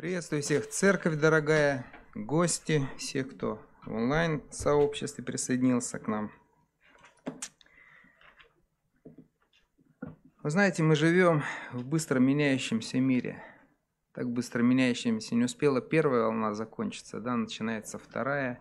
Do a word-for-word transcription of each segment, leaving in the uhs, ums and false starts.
Приветствую всех, церковь дорогая, гости, всех, кто в онлайн-сообществе присоединился к нам. Вы знаете, мы живем в быстро меняющемся мире. Так быстро меняющемся, не успела первая волна закончиться, да, начинается вторая.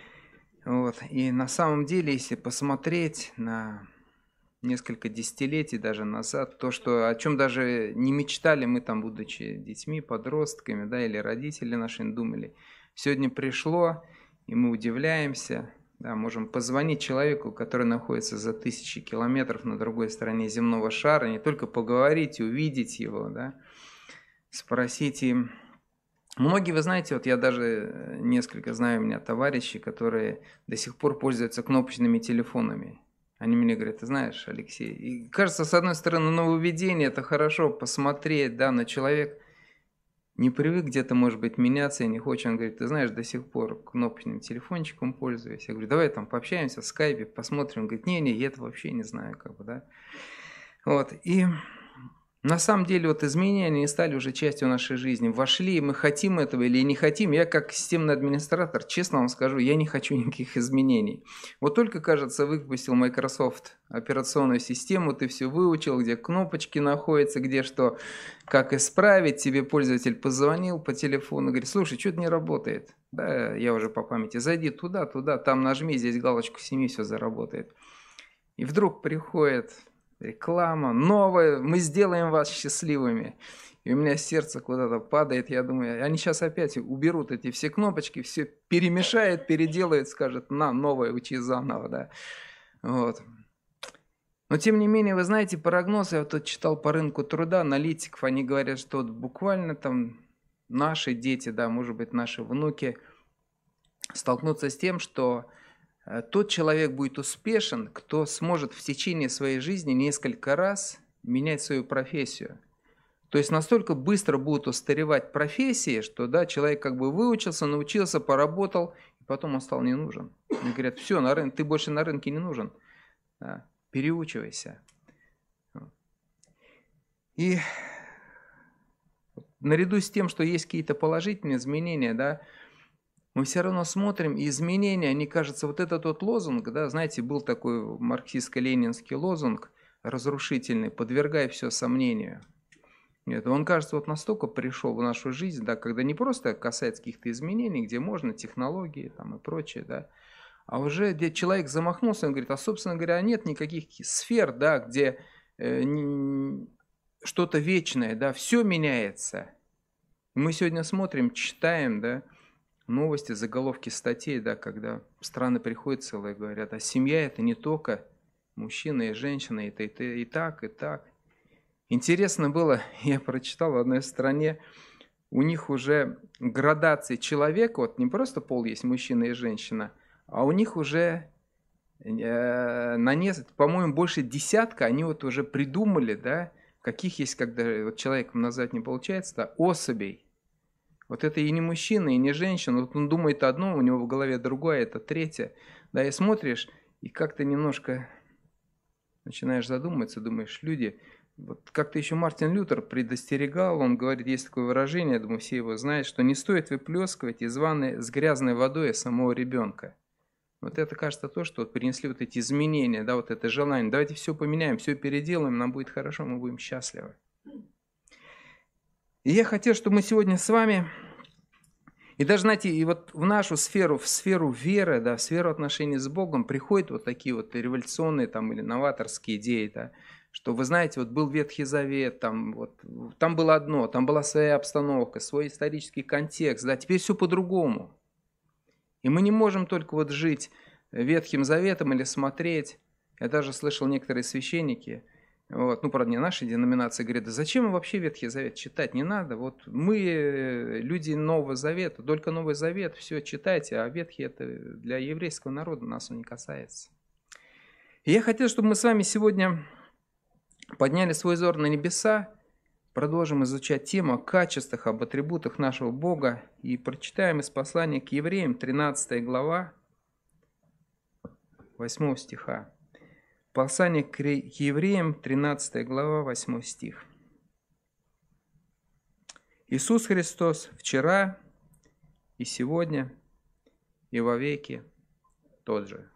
Вот. И на самом деле, если посмотреть на несколько десятилетий даже назад, то, что, о чем даже не мечтали мы там, будучи детьми, подростками, да, или родители наши не думали, сегодня пришло, и мы удивляемся, да, можем позвонить человеку, который находится за тысячи километров на другой стороне земного шара, не только поговорить, увидеть его, да, спросить им. Многие, вы знаете, вот я даже несколько знаю у меня товарищей, которые до сих пор пользуются кнопочными телефонами. Они мне говорят: ты знаешь, Алексей, и кажется, с одной стороны, нововведение, это хорошо посмотреть, да, но человек не привык где-то, может быть, меняться и не хочет. Он говорит: ты знаешь, до сих пор кнопочным телефончиком пользуюсь. Я говорю: давай там пообщаемся в скайпе, посмотрим. Он говорит: не-не, я это вообще не знаю, как бы, да. Вот, и на самом деле вот изменения, они стали уже частью нашей жизни. Вошли, мы хотим этого или не хотим. Я как системный администратор, честно вам скажу, я не хочу никаких изменений. Вот только, кажется, выпустил Microsoft операционную систему, ты все выучил, где кнопочки находятся, где что, как исправить. Тебе пользователь позвонил по телефону, говорит: слушай, что-то не работает. Да, я уже по памяти. Зайди туда, туда, там нажми, здесь галочку сними, все заработает. И вдруг приходит реклама новая, мы сделаем вас счастливыми. И у меня сердце куда-то падает, я думаю, они сейчас опять уберут эти все кнопочки, все перемешают, переделают, скажут: на, новое, учи заново, да. Вот. Но тем не менее, вы знаете, прогнозы, я вот тут читал по рынку труда, аналитиков, они говорят, что вот буквально там наши дети, да, может быть, наши внуки столкнутся с тем, что тот человек будет успешен, кто сможет в течение своей жизни несколько раз менять свою профессию. То есть настолько быстро будут устаревать профессии, что, да, человек как бы выучился, научился, поработал, и потом он стал не нужен. Они говорят: все, на рынке, ты больше на рынке не нужен, да, переучивайся. И наряду с тем, что есть какие-то положительные изменения, да, мы все равно смотрим, и изменения, они, кажется, вот этот вот лозунг, да, знаете, был такой марксистско-ленинский лозунг, разрушительный: подвергай все сомнению. Нет, он, кажется, вот настолько пришел в нашу жизнь, да, когда не просто касается каких-то изменений, где можно, технологии там и прочее, да, а уже где человек замахнулся, он говорит: а, собственно говоря, нет никаких сфер, да, где э, не, что-то вечное, да, все меняется. Мы сегодня смотрим, читаем, да, новости, заголовки статей, да, когда страны приходят целые, говорят: а семья — это не только мужчина и женщина, это и, и, и так, и так. Интересно было, я прочитал в одной стране, у них уже градации человека, вот не просто пол есть мужчина и женщина, а у них уже э, на несколько, по-моему, больше десятка, они вот уже придумали, да, каких есть, когда вот человеком назвать не получается, да, особей. Вот это и не мужчина, и не женщина. Вот он думает одно, у него в голове другое, это третье. Да, и смотришь, и как-то немножко начинаешь задумываться, думаешь, люди, вот как-то еще Мартин Лютер предостерегал, он говорит, есть такое выражение, я думаю, все его знают, что не стоит выплескивать из ванны с грязной водой самого ребенка. Вот это, кажется, то, что вот принесли вот эти изменения, да, вот это желание. Давайте все поменяем, все переделаем, нам будет хорошо, мы будем счастливы. И я хотел, чтобы мы сегодня с вами, и даже, знаете, и вот в нашу сферу, в сферу веры, да, в сферу отношений с Богом приходят вот такие вот революционные там, или новаторские идеи, да, что, вы знаете, вот был Ветхий Завет, там, вот, там было одно, там была своя обстановка, свой исторический контекст, да, теперь все по-другому. И мы не можем только вот жить Ветхим Заветом или смотреть. Я даже слышал, некоторые священники, вот, ну, правда, не нашей деноминации, говорят: да зачем вообще Ветхий Завет читать? Не надо. Вот мы, люди Нового Завета, только Новый Завет, все читайте, а Ветхий — это для еврейского народа, нас он не касается. И я хотел, чтобы мы с вами сегодня подняли свой взор на небеса, продолжим изучать тему о качествах, об атрибутах нашего Бога, и прочитаем из послания к Евреям, тринадцатая глава, восьмого стиха. Послание к Евреям, тринадцатая глава, восьмой стих. Иисус Христос вчера и сегодня и вовеки тот же.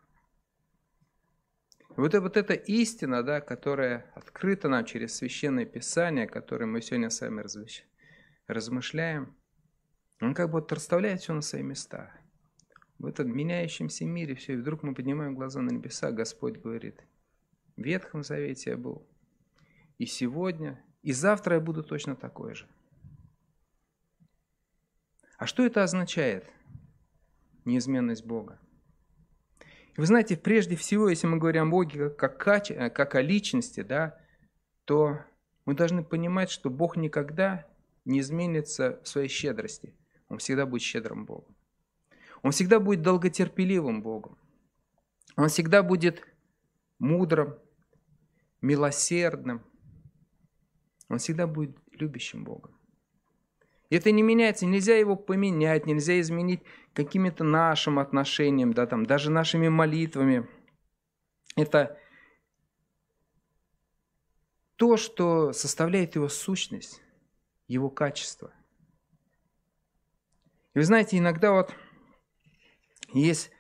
Вот, вот эта истина, да, которая открыта нам через Священное Писание, которое мы сегодня с вами размышляем, он как бы вот расставляет все на свои места. В этом меняющемся мире все, и вдруг мы поднимаем глаза на небеса, Господь говорит: в Ветхом Завете я был, и сегодня, и завтра я буду точно такой же. А что это означает? Неизменность Бога. Вы знаете, прежде всего, если мы говорим о Боге как, как, как о личности, да, то мы должны понимать, что Бог никогда не изменится в своей щедрости. Он всегда будет щедрым Богом. Он всегда будет долготерпеливым Богом. Он всегда будет мудрым, милосердным. Он всегда будет любящим Богом. И это не меняется, нельзя его поменять, нельзя изменить какими-то нашим отношением, да, там, даже нашими молитвами. Это то, что составляет его сущность, его качество. И вы знаете, иногда вот есть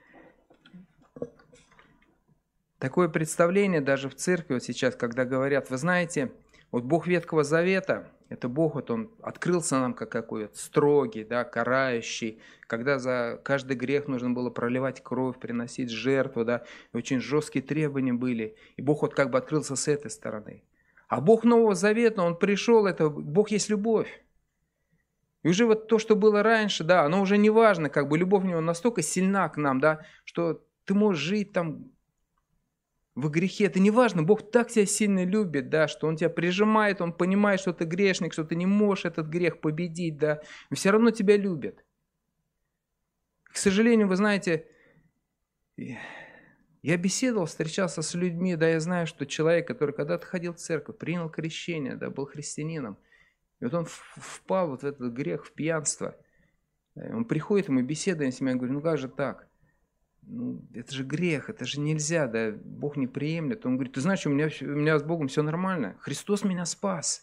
такое представление даже в церкви вот сейчас, когда говорят: вы знаете, вот Бог Ветхого Завета, это Бог, вот Он открылся нам как какой-то строгий, да, карающий, когда за каждый грех нужно было проливать кровь, приносить жертву, да, и очень жесткие требования были. И Бог вот как бы открылся с этой стороны. А Бог Нового Завета, Он пришел, это Бог есть любовь. И уже вот то, что было раньше, да, оно уже не важно, как бы любовь у Него настолько сильна к нам, да, что ты можешь жить там в грехе, это не важно, Бог так тебя сильно любит, да, что Он тебя прижимает, Он понимает, что ты грешник, что ты не можешь этот грех победить, да, и все равно тебя любит. К сожалению, вы знаете, я беседовал, встречался с людьми, да, я знаю, что человек, который когда-то ходил в церковь, принял крещение, да, был христианином, и вот он впал вот в этот грех, в пьянство. Он приходит, и мы беседуем с ним, я говорю: ну как же так? Ну, это же грех, это же нельзя, да, Бог не приемлет. Он говорит: ты знаешь, у меня, у меня с Богом все нормально, Христос меня спас.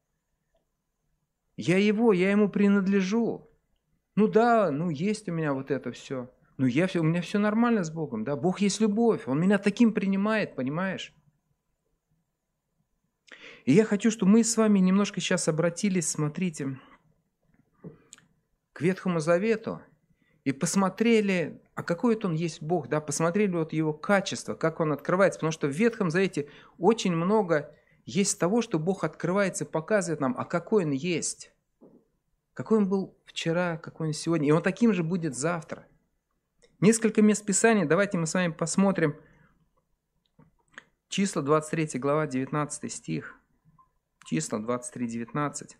Я Его, я Ему принадлежу. Ну да, ну есть у меня вот это все. Ну я все, у меня все нормально с Богом, да, Бог есть любовь, Он меня таким принимает, понимаешь? И я хочу, чтобы мы с вами немножко сейчас обратились, смотрите, к Ветхому Завету и посмотрели, а какой это Он есть Бог, да, посмотрели вот Его качество, как Он открывается, потому что в Ветхом Завете очень много есть того, что Бог открывается и показывает нам, а какой Он есть, какой Он был вчера, какой Он сегодня, и Он таким же будет завтра. Несколько мест Писания, давайте мы с вами посмотрим. Числа, двадцать третья глава, девятнадцатый стих. Числа двадцать три, девятнадцать.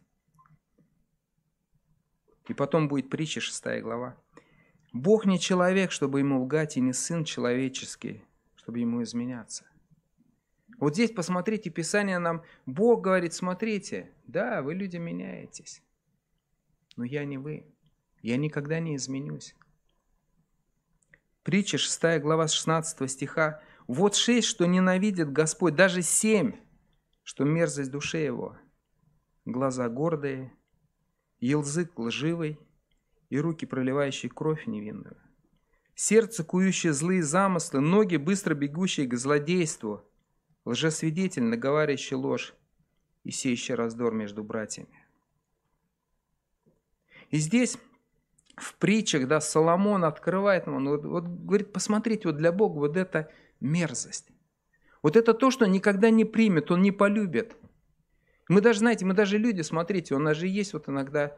И потом будет Притча, шестая глава. Бог не человек, чтобы ему лгать, и не сын человеческий, чтобы ему изменяться. Вот здесь посмотрите, Писание нам, Бог говорит: смотрите, да, вы, люди, меняетесь, но я не вы, я никогда не изменюсь. Притча, шестая глава, с шестнадцатого стиха. Вот шесть, что ненавидит Господь, даже семь, что мерзость душе его. Глаза гордые, язык лживый, и руки, проливающие кровь невинную. Сердце, кующее злые замыслы, ноги, быстро бегущие к злодейству, лжесвидетель, наговаривающий ложь и сеющий раздор между братьями. И здесь в притчах, да, Соломон открывает нам, вот, вот говорит: посмотрите, вот для Бога вот эта мерзость. Вот это то, что он никогда не примет, он не полюбит. Мы даже, знаете, мы даже люди, смотрите, у нас же есть вот иногда,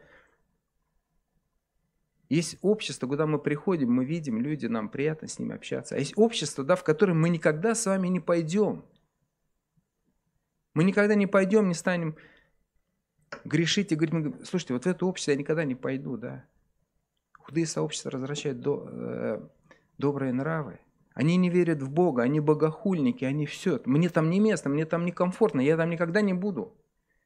есть общество, куда мы приходим, мы видим люди, нам приятно с ними общаться. А есть общество, да, в которое мы никогда с вами не пойдем. Мы никогда не пойдем, не станем грешить и говорить: слушайте, вот в это общество я никогда не пойду, да. Худые сообщества развращают до, э, добрые нравы. Они не верят в Бога, они богохульники, они все. Мне там не место, мне там некомфортно, я там никогда не буду.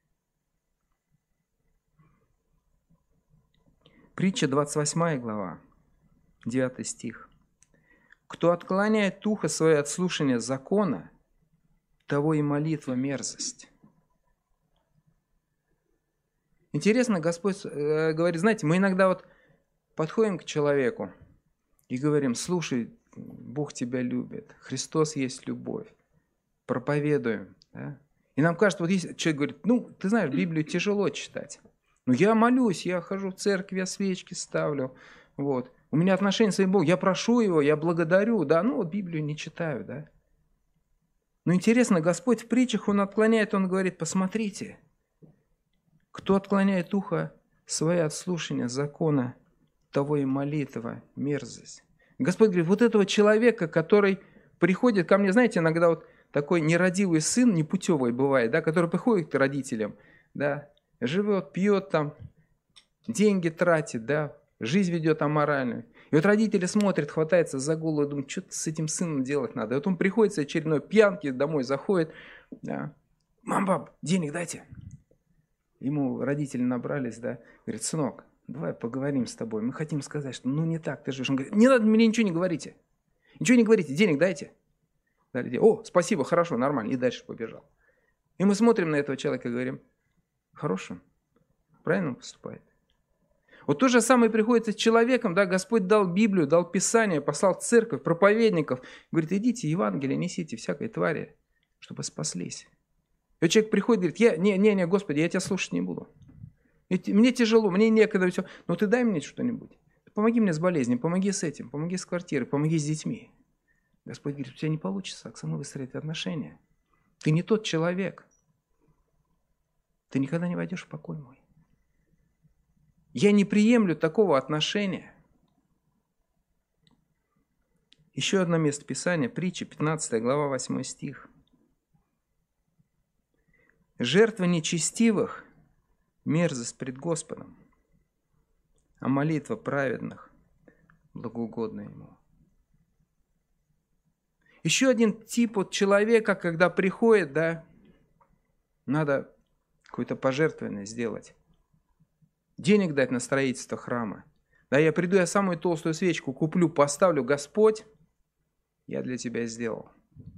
Притча, двадцать восьмая глава, девятый стих. Кто отклоняет ухо свое от слушания закона, того и молитва мерзость. Интересно, Господь э, говорит, знаете, мы иногда вот подходим к человеку и говорим, слушай, Бог тебя любит, Христос есть любовь, проповедуем. Да? И нам кажется, вот если человек говорит, ну, ты знаешь, Библию тяжело читать. Ну, я молюсь, я хожу в церковь, я свечки ставлю, вот. У меня отношения с своим Богом, я прошу Его, я благодарю, да, ну, вот Библию не читаю, да. Но интересно, Господь в притчах, Он отклоняет, Он говорит, посмотрите, кто отклоняет ухо свое от слушания закона, того и молитва, мерзость. Господь говорит, вот этого человека, который приходит ко мне, знаете, иногда вот такой нерадивый сын, непутевый бывает, да, который приходит к родителям, да, живет, пьет там, деньги тратит, да, жизнь ведет аморальную. И вот родители смотрят, хватаются за голову, думают, что с этим сыном делать надо. И вот он приходит с очередной пьянки, домой заходит, да, мам, пап, денег дайте. Ему родители набрались, да, говорит, сынок, давай поговорим с тобой, мы хотим сказать, что ну не так ты живешь. Он говорит, не надо, мне ничего не говорите, ничего не говорите, денег дайте. Дали денег. О, спасибо, хорошо, нормально, и дальше побежал. И мы смотрим на этого человека и говорим, хорошо, правильно он поступает. Вот то же самое приходится с человеком, да, Господь дал Библию, дал Писание, послал церковь, проповедников, говорит, идите, Евангелие несите всякой твари, чтобы спаслись. И вот человек приходит и говорит, я, не, не, не, Господи, я тебя слушать не буду. Мне тяжело, мне некогда, все. Но ты дай мне что-нибудь. Помоги мне с болезнью, помоги с этим, помоги с квартирой, помоги с детьми. Господь говорит, у тебя не получится так со мной выстроить отношения. Ты не тот человек. Ты никогда не войдешь в покой мой. Я не приемлю такого отношения. Еще одно место Писания, притча, пятнадцатая глава, восьмой стих. Жертва нечестивых – мерзость пред Господом, а молитва праведных – благоугодна Ему. Еще один тип вот человека, когда приходит, да, надо какое-то пожертвование сделать. Денег дать на строительство храма. Да, я приду, я самую толстую свечку куплю, поставлю, Господь, я для тебя сделал.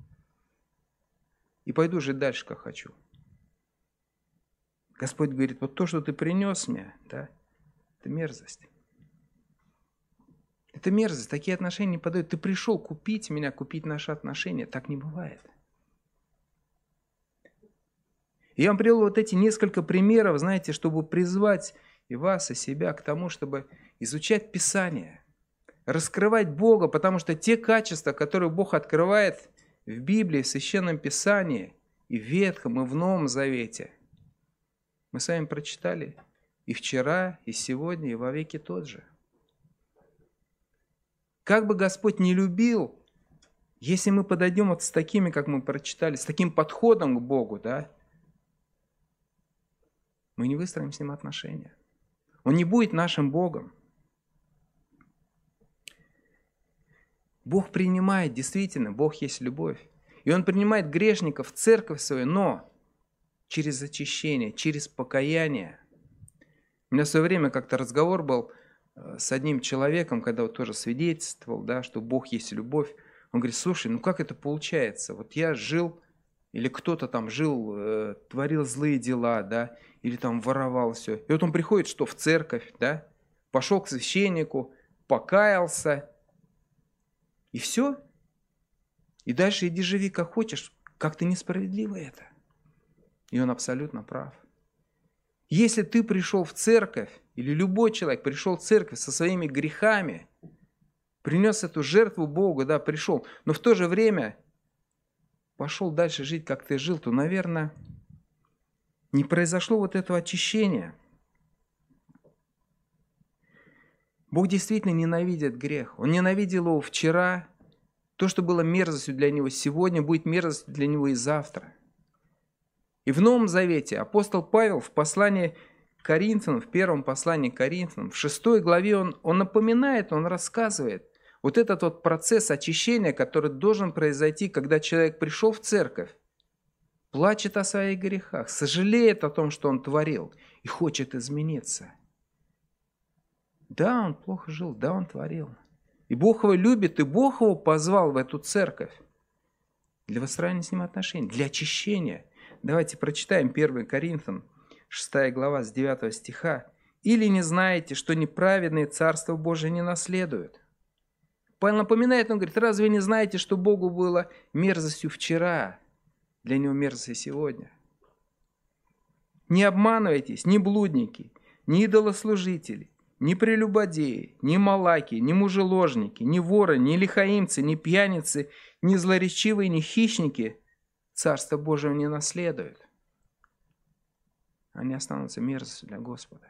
И пойду жить дальше, как хочу. Господь говорит, вот то, что ты принес мне, да, это мерзость. Это мерзость, такие отношения не подают. Ты пришел купить меня, купить наши отношения. Так не бывает. И я вам привел вот эти несколько примеров, знаете, чтобы призвать и вас, и себя к тому, чтобы изучать Писание, раскрывать Бога, потому что те качества, которые Бог открывает в Библии, в Священном Писании, и в Ветхом, и в Новом Завете, мы с вами прочитали и вчера, и сегодня, и во веки тот же. Как бы Господь не любил, если мы подойдем вот с такими, как мы прочитали, с таким подходом к Богу, да, мы не выстроим с Ним отношения. Он не будет нашим Богом. Бог принимает, действительно, Бог есть любовь. И Он принимает грешников в церковь свою, но через очищение, через покаяние. У меня в свое время как-то разговор был с одним человеком, когда вот тоже свидетельствовал, да, что Бог есть любовь. Он говорит, слушай, ну как это получается? Вот я жил, или кто-то там жил, э, творил злые дела, да, или там воровал все. И вот он приходит, что в церковь, да, пошел к священнику, покаялся, и все. И дальше иди живи как хочешь. Как-то несправедливо это. И он абсолютно прав. Если ты пришел в церковь, или любой человек пришел в церковь со своими грехами, принес эту жертву Богу, да, пришел, но в то же время пошел дальше жить, как ты жил, то, наверное, не произошло вот этого очищения. Бог действительно ненавидит грех. Он ненавидел его вчера. То, что было мерзостью для него сегодня, будет мерзостью для него и завтра. И в Новом Завете апостол Павел в послании к Коринфянам, в первом послании к Коринфянам, в шестой главе он, он напоминает, он рассказывает вот этот вот процесс очищения, который должен произойти, когда человек пришел в церковь, плачет о своих грехах, сожалеет о том, что он творил, и хочет измениться. Да, он плохо жил, да, он творил. И Бог его любит, и Бог его позвал в эту церковь для выстраивания с ним отношений, для очищения. Давайте прочитаем первое Коринфянам, шестая глава с девятого стиха. «Или не знаете, что неправедные Царство Божие не наследуют?» Павел напоминает, он говорит, разве не знаете, что Богу было мерзостью вчера, для Него мерзостью сегодня? Не обманывайтесь, ни блудники, ни идолослужители, ни прелюбодеи, ни малаки, ни мужеложники, ни воры, ни лихаимцы, ни пьяницы, ни злоречивые, ни хищники Царство Божие не наследуют. Они останутся мерзостью для Господа.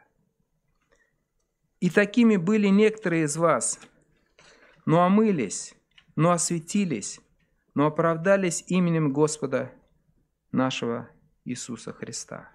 И такими были некоторые из вас, но омылись, но осветились, но оправдались именем Господа нашего Иисуса Христа.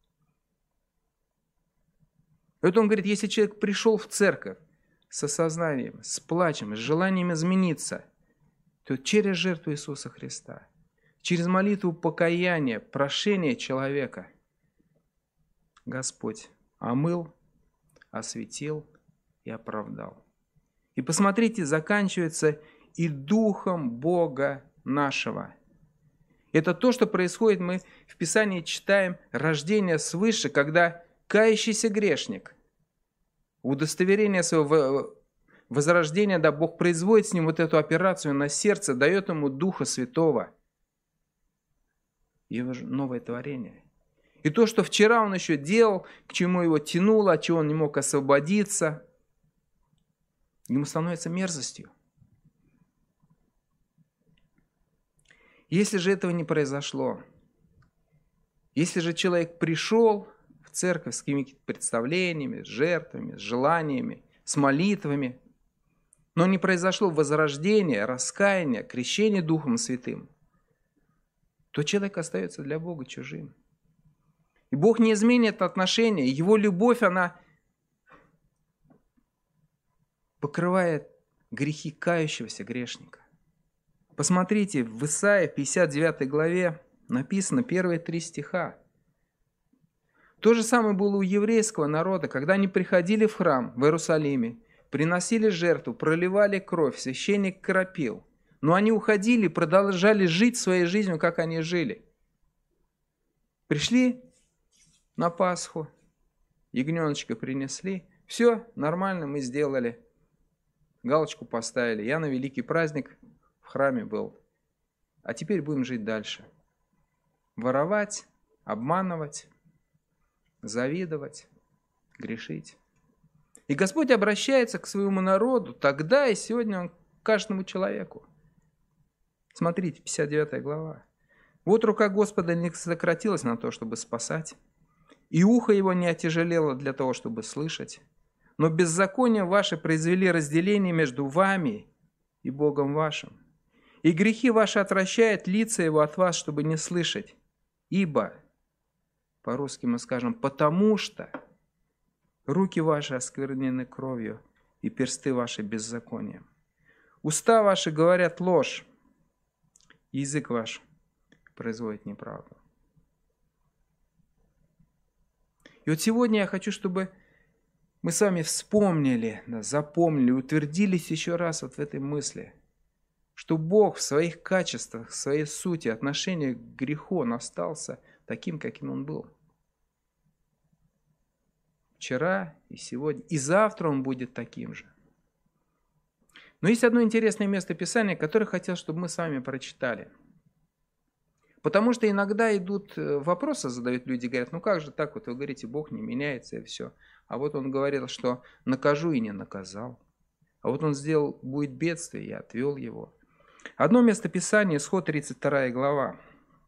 И вот он говорит, если человек пришел в церковь с осознанием, с плачем, с желанием измениться, то через жертву Иисуса Христа, через молитву покаяния, прошения человека, Господь омыл, осветил и оправдал. И посмотрите, заканчивается «и Духом Бога нашего». Это то, что происходит, мы в Писании читаем, рождение свыше, когда кающийся грешник, удостоверение своего возрождения, да, Бог производит с ним вот эту операцию на сердце, дает ему Духа Святого, его новое творение. И то, что вчера он еще делал, к чему его тянуло, от чего он не мог освободиться, ему становится мерзостью. Если же этого не произошло, если же человек пришел в церковь с какими-то представлениями, с жертвами, с желаниями, с молитвами, но не произошло возрождение, раскаяние, крещение Духом Святым, то человек остается для Бога чужим. И Бог не изменит отношения, Его любовь, она покрывает грехи кающегося грешника. Посмотрите, в Исаии пятьдесят девятой главе написано первые три стиха. То же самое было у еврейского народа, когда они приходили в храм в Иерусалиме, приносили жертву, проливали кровь, священник кропил. Но они уходили, продолжали жить своей жизнью, как они жили. Пришли на Пасху, ягненочка принесли, все, нормально, мы сделали, галочку поставили. Я на великий праздник в храме был. А теперь будем жить дальше. Воровать, обманывать, завидовать, грешить. И Господь обращается к своему народу тогда и сегодня Он к каждому человеку. Смотрите, пятьдесят девятая глава. «Вот рука Господа не сократилась на то, чтобы спасать, и ухо Его не отяжелело для того, чтобы слышать. Но беззакония ваши произвели разделение между вами и Богом вашим. И грехи ваши отвращают лица Его от вас, чтобы не слышать. Ибо, по-русски мы скажем, потому что руки ваши осквернены кровью, и персты ваши беззаконием. Уста ваши говорят ложь, язык ваш производит неправду». И вот сегодня я хочу, чтобы мы с вами вспомнили, да, запомнили, утвердились еще раз вот в этой мысли, что Бог в своих качествах, в своей сути, отношении к греху, Он остался таким, каким Он был. Вчера и сегодня, и завтра Он будет таким же. Но есть одно интересное место Писания, которое хотел, чтобы мы с вами прочитали. Потому что иногда идут вопросы, задают люди, говорят, ну как же так, вот вы говорите, Бог не меняется и все. А вот Он говорил, что накажу и не наказал. А вот Он сделал, будет бедствие, и отвел его. Одно место Писания, Исход тридцать вторая глава.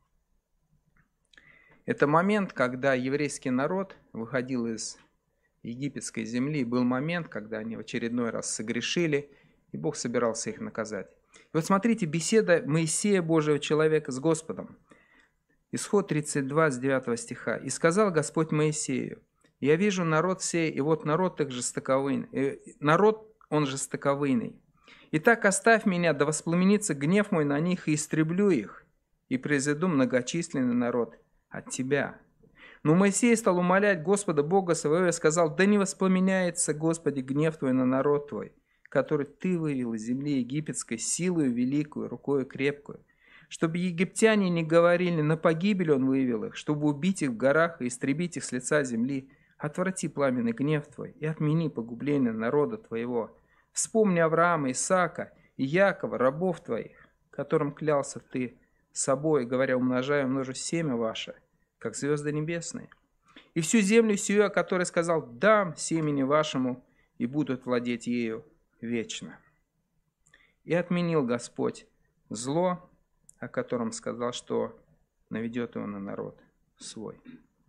Это момент, когда еврейский народ выходил из египетской земли. Был момент, когда они в очередной раз согрешили, и Бог собирался их наказать. И вот смотрите, беседа Моисея, Божьего человека, с Господом. Исход тридцать два, с девятого стиха. «И сказал Господь Моисею, я вижу народ сей, и вот народ их жестоковыйный, народ он жестоковыйный. Итак, оставь меня, да воспламенится гнев мой на них, и истреблю их, и произведу многочисленный народ от тебя». Но Моисей стал умолять Господа Бога своего и сказал, да не воспламеняется, Господи, гнев твой на народ твой, который ты вывел из земли египетской силою великую, рукою крепкую, чтобы египтяне не говорили, на погибель он вывел их, чтобы убить их в горах и истребить их с лица земли. Отврати пламенный гнев твой и отмени погубление народа твоего. Вспомни Авраама, Исаака и Якова, рабов твоих, которым клялся ты собой, говоря, умножаю, множу семя ваше, как звезды небесные. И всю землю сию, о которой сказал, дам семени вашему, и будут владеть ею вечно. И отменил Господь зло, о котором сказал, что наведет его на народ свой.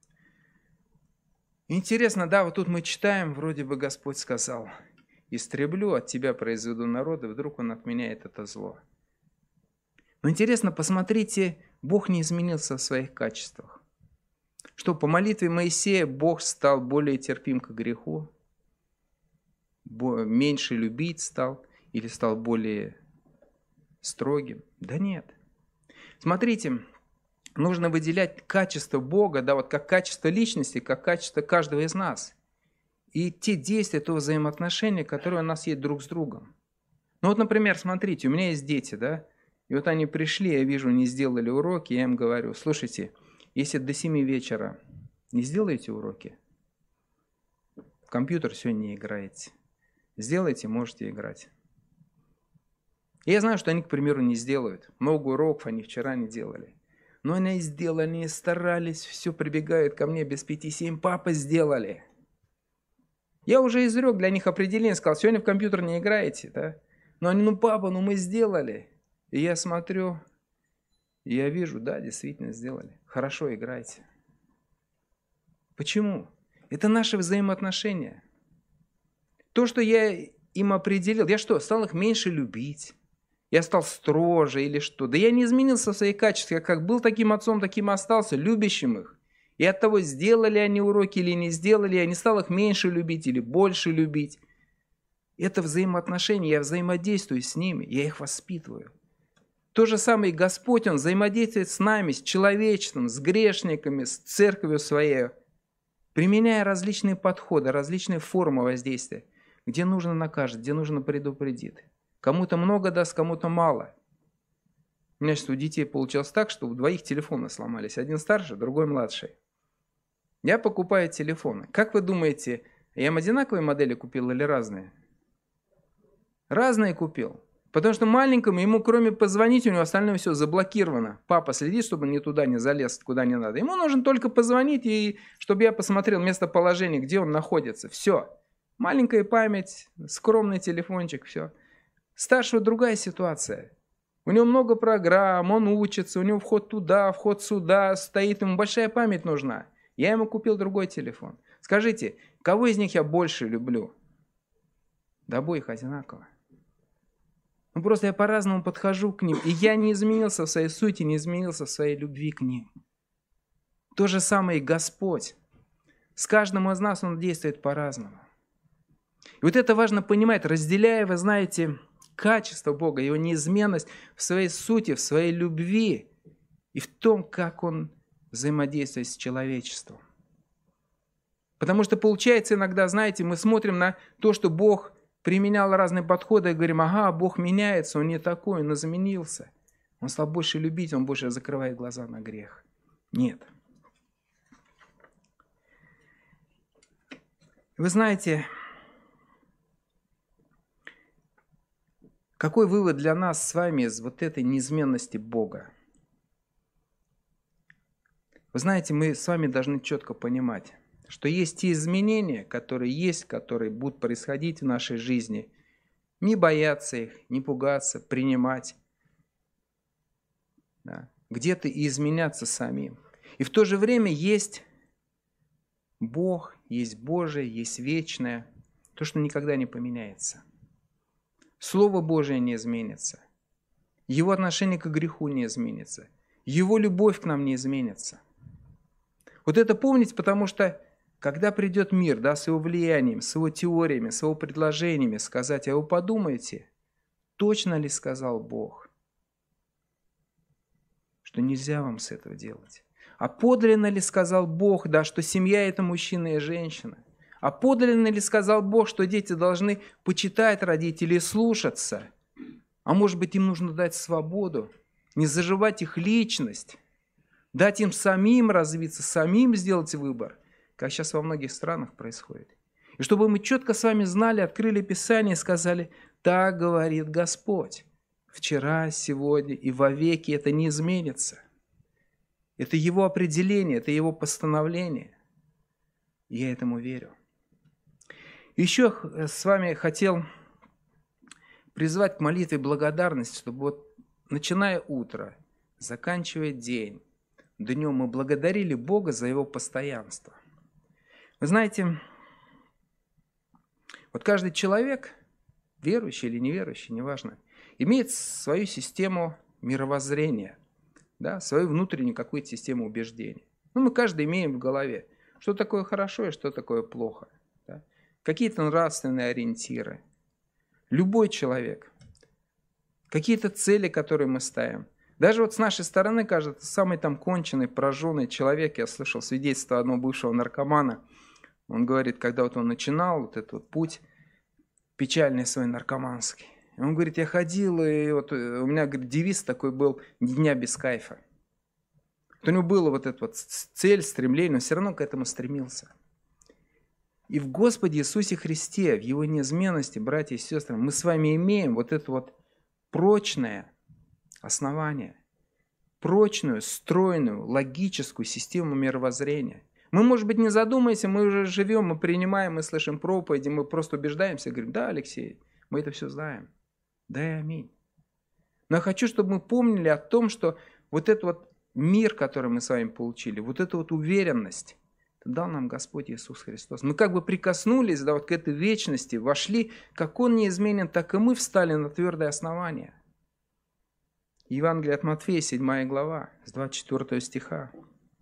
Интересно, да, вот тут мы читаем, вроде бы Господь сказал, истреблю, от тебя произведу народы, вдруг он отменяет это зло. Но интересно, посмотрите, Бог не изменился в своих качествах. Что по молитве Моисея Бог стал более терпим к греху, меньше любить стал или стал более строгим? Да нет. Смотрите, нужно выделять качество Бога, да, вот как качество личности, как качество каждого из нас. И те действия, то взаимоотношения, которые у нас есть друг с другом. Ну вот, например, смотрите, у меня есть дети, да, и вот они пришли, я вижу, не сделали уроки, я им говорю, слушайте, если до семи вечера не сделаете уроки, в компьютер сегодня не играете, сделайте, можете играть. И я знаю, что они, к примеру, не сделают. Много уроков они вчера не делали. Но они сделали, они старались, все прибегают ко мне без пяти семь. Папа, сделали. Я уже изрек для них определение, сказал, сегодня в компьютер не играете, да? Но они, ну папа, ну мы сделали. И я смотрю, и я вижу, да, действительно сделали. Хорошо, играйте. Почему? Это наши взаимоотношения. То, что я им определил, я что, стал их меньше любить? Я стал строже или что? Да я не изменился в своих качествах. Я как был таким отцом, таким и остался, любящим их. И от того, сделали они уроки или не сделали, я не стал их меньше любить или больше любить. Это взаимоотношения, я взаимодействую с ними, я их воспитываю. То же самое и Господь, Он взаимодействует с нами, с человечеством, с грешниками, с церковью своей, применяя различные подходы, различные формы воздействия, где нужно накажет, где нужно предупредит. Кому-то много даст, кому-то мало. У меня сейчас у детей получилось так, что у двоих телефоны сломались. Один старший, другой младший. Я покупаю телефоны. Как вы думаете, я им одинаковые модели купил или разные? Разные купил. Потому что маленькому, ему кроме позвонить, у него остальное все заблокировано. Папа следит, чтобы он не туда не залез, куда не надо. Ему нужно только позвонить, и чтобы я посмотрел местоположение, где он находится. Все. Маленькая память, скромный телефончик, все. Старшего другая ситуация. У него много программ, он учится, у него вход туда, вход сюда стоит, ему большая память нужна. Я ему купил другой телефон. Скажите, кого из них я больше люблю? Да обоих одинаково. Ну просто я по-разному подхожу к ним, и я не изменился в своей сути, не изменился в своей любви к ним. То же самое и Господь. С каждым из нас Он действует по-разному. И вот это важно понимать, разделяя, вы знаете, качество Бога, Его неизменность в своей сути, в своей любви и в том, как Он взаимодействует с человечеством. Потому что получается иногда, знаете, мы смотрим на то, что Бог применял разные подходы и говорим, ага, Бог меняется, Он не такой, Он изменился. Он стал больше любить, Он больше закрывает глаза на грех. Нет. Вы знаете, какой вывод для нас с вами из вот этой неизменности Бога? Вы знаете, мы с вами должны четко понимать, что есть те изменения, которые есть, которые будут происходить в нашей жизни. Не бояться их, не пугаться, принимать. Да. Где-то и изменяться самим. И в то же время есть Бог, есть Божие, есть вечное, то, что никогда не поменяется. Слово Божие не изменится. Его отношение к греху не изменится. Его любовь к нам не изменится. Вот это помните, потому что когда придет мир, да, с его влиянием, с его теориями, с его предложениями, сказать, а вы подумайте, точно ли сказал Бог, что нельзя вам с этого делать? А подлинно ли сказал Бог, да, что семья – это мужчина и женщина? А подлинно ли сказал Бог, что дети должны почитать родителей и слушаться? А может быть, им нужно дать свободу? не заживать их личность, дать им самим развиться, самим сделать выбор, как сейчас во многих странах происходит. И чтобы мы четко с вами знали, открыли Писание и сказали: так говорит Господь. Вчера, сегодня и вовеки это не изменится. Это Его определение, это Его постановление. Я этому верю. Еще с вами хотел призвать к молитве благодарности, чтобы вот начиная утро, заканчивая день, днем мы благодарили Бога за Его постоянство. Вы знаете, вот каждый человек, верующий или неверующий, неважно, имеет свою систему мировоззрения, да, свою внутреннюю какую-то систему убеждений. Ну, мы каждый имеем в голове, что такое хорошо и что такое плохо. Да? Какие-то нравственные ориентиры. Любой человек. Какие-то цели, которые мы ставим. Даже вот с нашей стороны, кажется, самый там конченый, пораженный человек, я слышал свидетельство одного бывшего наркомана. Он говорит, когда вот он начинал вот этот вот путь печальный свой наркоманский. Он говорит, я ходил, и вот у меня, говорит, девиз такой был: ни дня без кайфа. Вот у него была вот эта вот цель, стремление, но все равно к этому стремился. И в Господе Иисусе Христе, в Его неизменности, братья и сестры, мы с вами имеем вот это вот прочное основание, прочную, стройную, логическую систему мировоззрения. Мы, может быть, не задумаемся, мы уже живем, мы принимаем, мы слышим проповеди, мы просто убеждаемся, говорим: да, Алексей, мы это все знаем. Да и аминь. Но я хочу, чтобы мы помнили о том, что вот этот вот мир, который мы с вами получили, вот эта вот уверенность, дал нам Господь Иисус Христос. Мы как бы прикоснулись, да, вот к этой вечности, вошли, как Он неизменен, так и мы встали на твердое основание. Евангелие от Матфея, седьмая глава, с двадцать четвёртого стиха.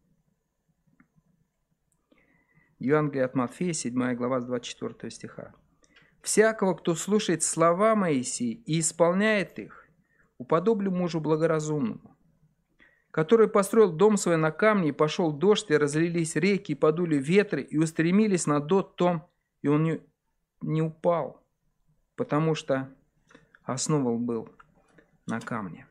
Евангелие от Матфея, седьмая глава, с двадцать четвёртого стиха. «Всякого, кто слушает слова Моисии и исполняет их, уподоблю мужу благоразумному, который построил дом свой на камне, и пошел дождь, и разлились реки, и подули ветры, и устремились на дот том, и он не, не упал, потому что основан был на камне».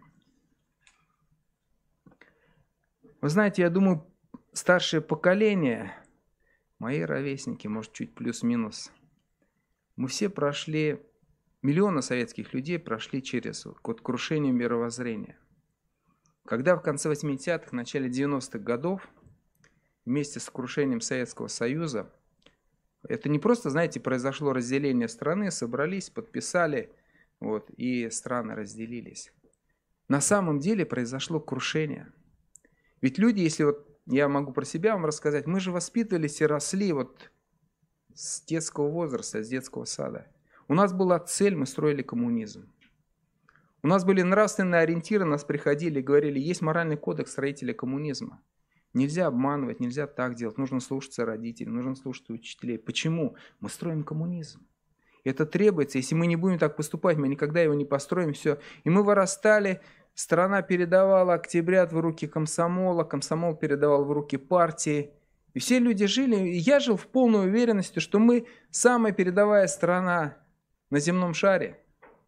Вы знаете, я думаю, старшее поколение, мои ровесники, может, чуть плюс-минус, мы все прошли, миллионы советских людей прошли через вот крушение мировоззрения. Когда в конце восьмидесятых, начале девяностых годов, вместе с крушением Советского Союза, это не просто, знаете, произошло разделение страны, собрались, подписали, вот, и страны разделились. На самом деле произошло крушение. Ведь люди, если вот я могу про себя вам рассказать, мы же воспитывались и росли вот с детского возраста, с детского сада. У нас была цель, мы строили коммунизм. У нас были нравственные ориентиры, нас приходили и говорили: есть моральный кодекс строителя коммунизма. Нельзя обманывать, нельзя так делать, нужно слушаться родителей, нужно слушаться учителей. Почему? Мы строим коммунизм. Это требуется, если мы не будем так поступать, мы никогда его не построим, все. И мы вырастали, страна передавала октябрят в руки комсомола, комсомол передавал в руки партии. И все люди жили, и я жил в полной уверенности, что мы самая передовая страна на земном шаре.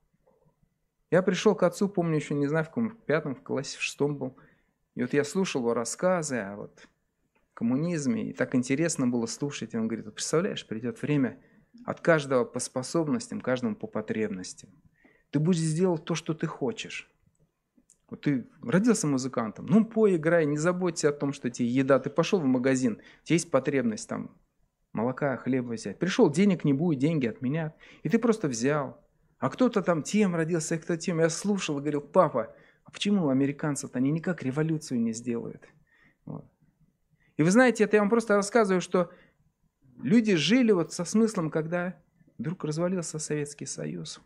Я пришел к отцу, помню, еще не знаю, в каком, в пятом, в классе, в шестом был. И вот я слушал его рассказы о вот коммунизме, и так интересно было слушать. И он говорит: представляешь, придет время от каждого по способностям, каждому по потребностям. Ты будешь сделать то, что ты хочешь. Вот ты родился музыкантом, ну пой, играй, не заботься о том, что тебе еда. Ты пошел в магазин, у тебя есть потребность там молока, хлеба взять. Пришел, денег не будет, деньги отменят. И ты просто взял. А кто-то там тем родился, а кто тем. Я слушал и говорил: папа, а почему американцы-то они никак революцию не сделают? Вот. И вы знаете, это я вам просто рассказываю, что люди жили вот со смыслом, когда вдруг развалился Советский Союз.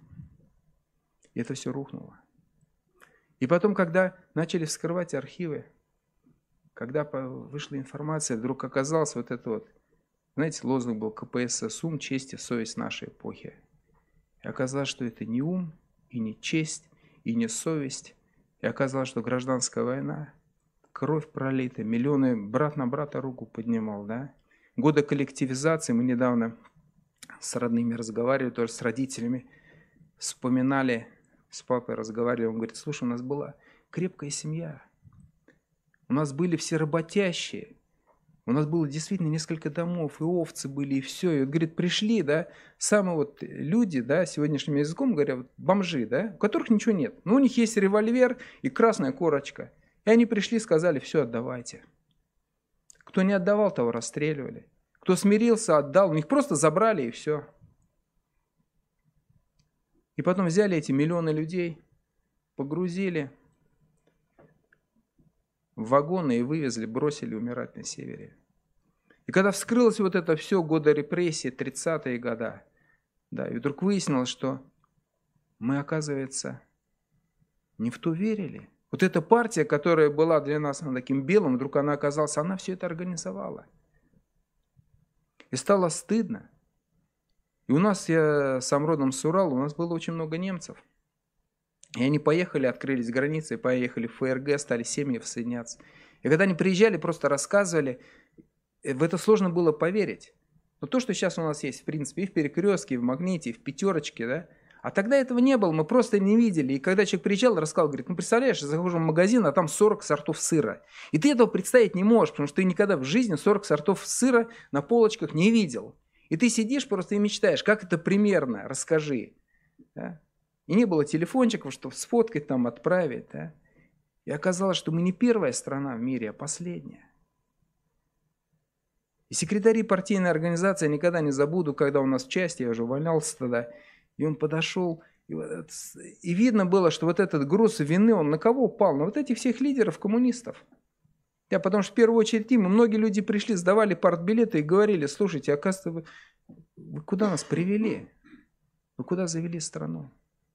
И это все рухнуло. И потом, когда начали вскрывать архивы, когда вышла информация, вдруг оказалось вот это вот, знаете, лозунг был ка пэ эс эс: ум, честь и совесть нашей эпохи. И оказалось, что это не ум, и не честь, и не совесть. И оказалось, что гражданская война, кровь пролита, миллионы, брат на брата руку поднимал, да? Годы коллективизации, мы недавно с родными разговаривали, тоже с родителями, вспоминали, с папой разговаривали, он говорит: слушай, у нас была крепкая семья. У нас были все работящие. У нас было действительно несколько домов, и овцы были, и все. И вот, говорит, пришли, да, самые вот люди, да, сегодняшним языком говорят, вот, бомжи, да, у которых ничего нет. Но у них есть револьвер и красная корочка. И они пришли, сказали, все, отдавайте. Кто не отдавал, того расстреливали. Кто смирился, отдал. У них просто забрали, и все. И потом взяли эти миллионы людей, погрузили в вагоны и вывезли, бросили умирать на севере. И когда вскрылось вот это все, годы репрессий, тридцатые года, да, и вдруг выяснилось, что мы, оказывается, не в то верили. Вот эта партия, которая была для нас таким белым, вдруг она оказалась, она все это организовала. И стало стыдно. И у нас, я сам родом с Урала, у нас было очень много немцев. И они поехали, открылись границы, поехали в ФРГ, стали семьи воссоединяться. И когда они приезжали, просто рассказывали, в это сложно было поверить. Но то, что сейчас у нас есть, в принципе, и в Перекрестке, и в Магните, и в Пятерочке, да, а тогда этого не было, мы просто не видели. И когда человек приезжал, рассказал, говорит, ну представляешь, я захожу в магазин, а там сорок сортов сыра. И ты этого представить не можешь, потому что ты никогда в жизни сорок сортов сыра на полочках не видел. И ты сидишь просто и мечтаешь, как это примерно, расскажи. Да? И не было телефончиков, чтобы сфоткать там, отправить. Да? И оказалось, что мы не первая страна в мире, а последняя. И секретари партийной организации, я никогда не забуду, когда у нас в части, я уже увольнялся тогда, и он подошел, и, и видно было, что вот этот груз вины, он на кого упал? На вот этих всех лидеров коммунистов. Я, потому что в первую очередь им, многие люди пришли, сдавали партбилеты и говорили, слушайте, оказывается, вы, вы куда нас привели? Вы куда завели страну?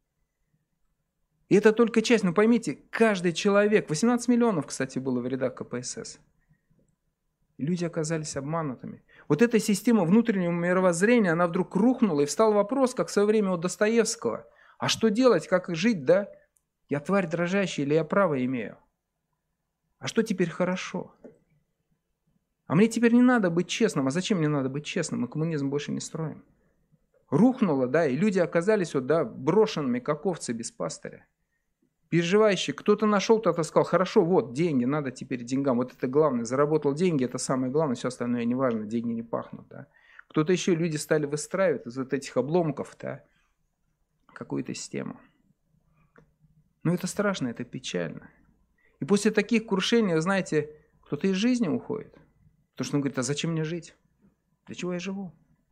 И это только часть, но поймите, каждый человек, восемнадцать миллионов, кстати, было в рядах ка пэ эс эс. Люди оказались обманутыми. Вот эта система внутреннего мировоззрения, она вдруг рухнула, и встал вопрос, как в свое время у Достоевского. А что делать, как жить, да? Я тварь дрожащая или я право имею? А что теперь хорошо? А мне теперь не надо быть честным. А зачем мне надо быть честным? Мы коммунизм больше не строим. Рухнуло, да, и люди оказались вот, да, брошенными, как овцы без пастыря. Переживающие. Кто-то нашел, кто-то сказал, хорошо, вот, деньги, надо теперь деньгам. Вот это главное. Заработал деньги, это самое главное, все остальное не важно, деньги не пахнут. Да. Кто-то еще, люди стали выстраивать из вот этих обломков, да, какую-то систему. Но это страшно, это печально. И после таких крушений, вы знаете, кто-то из жизни уходит. Потому что он говорит, а зачем мне жить? Для чего я живу?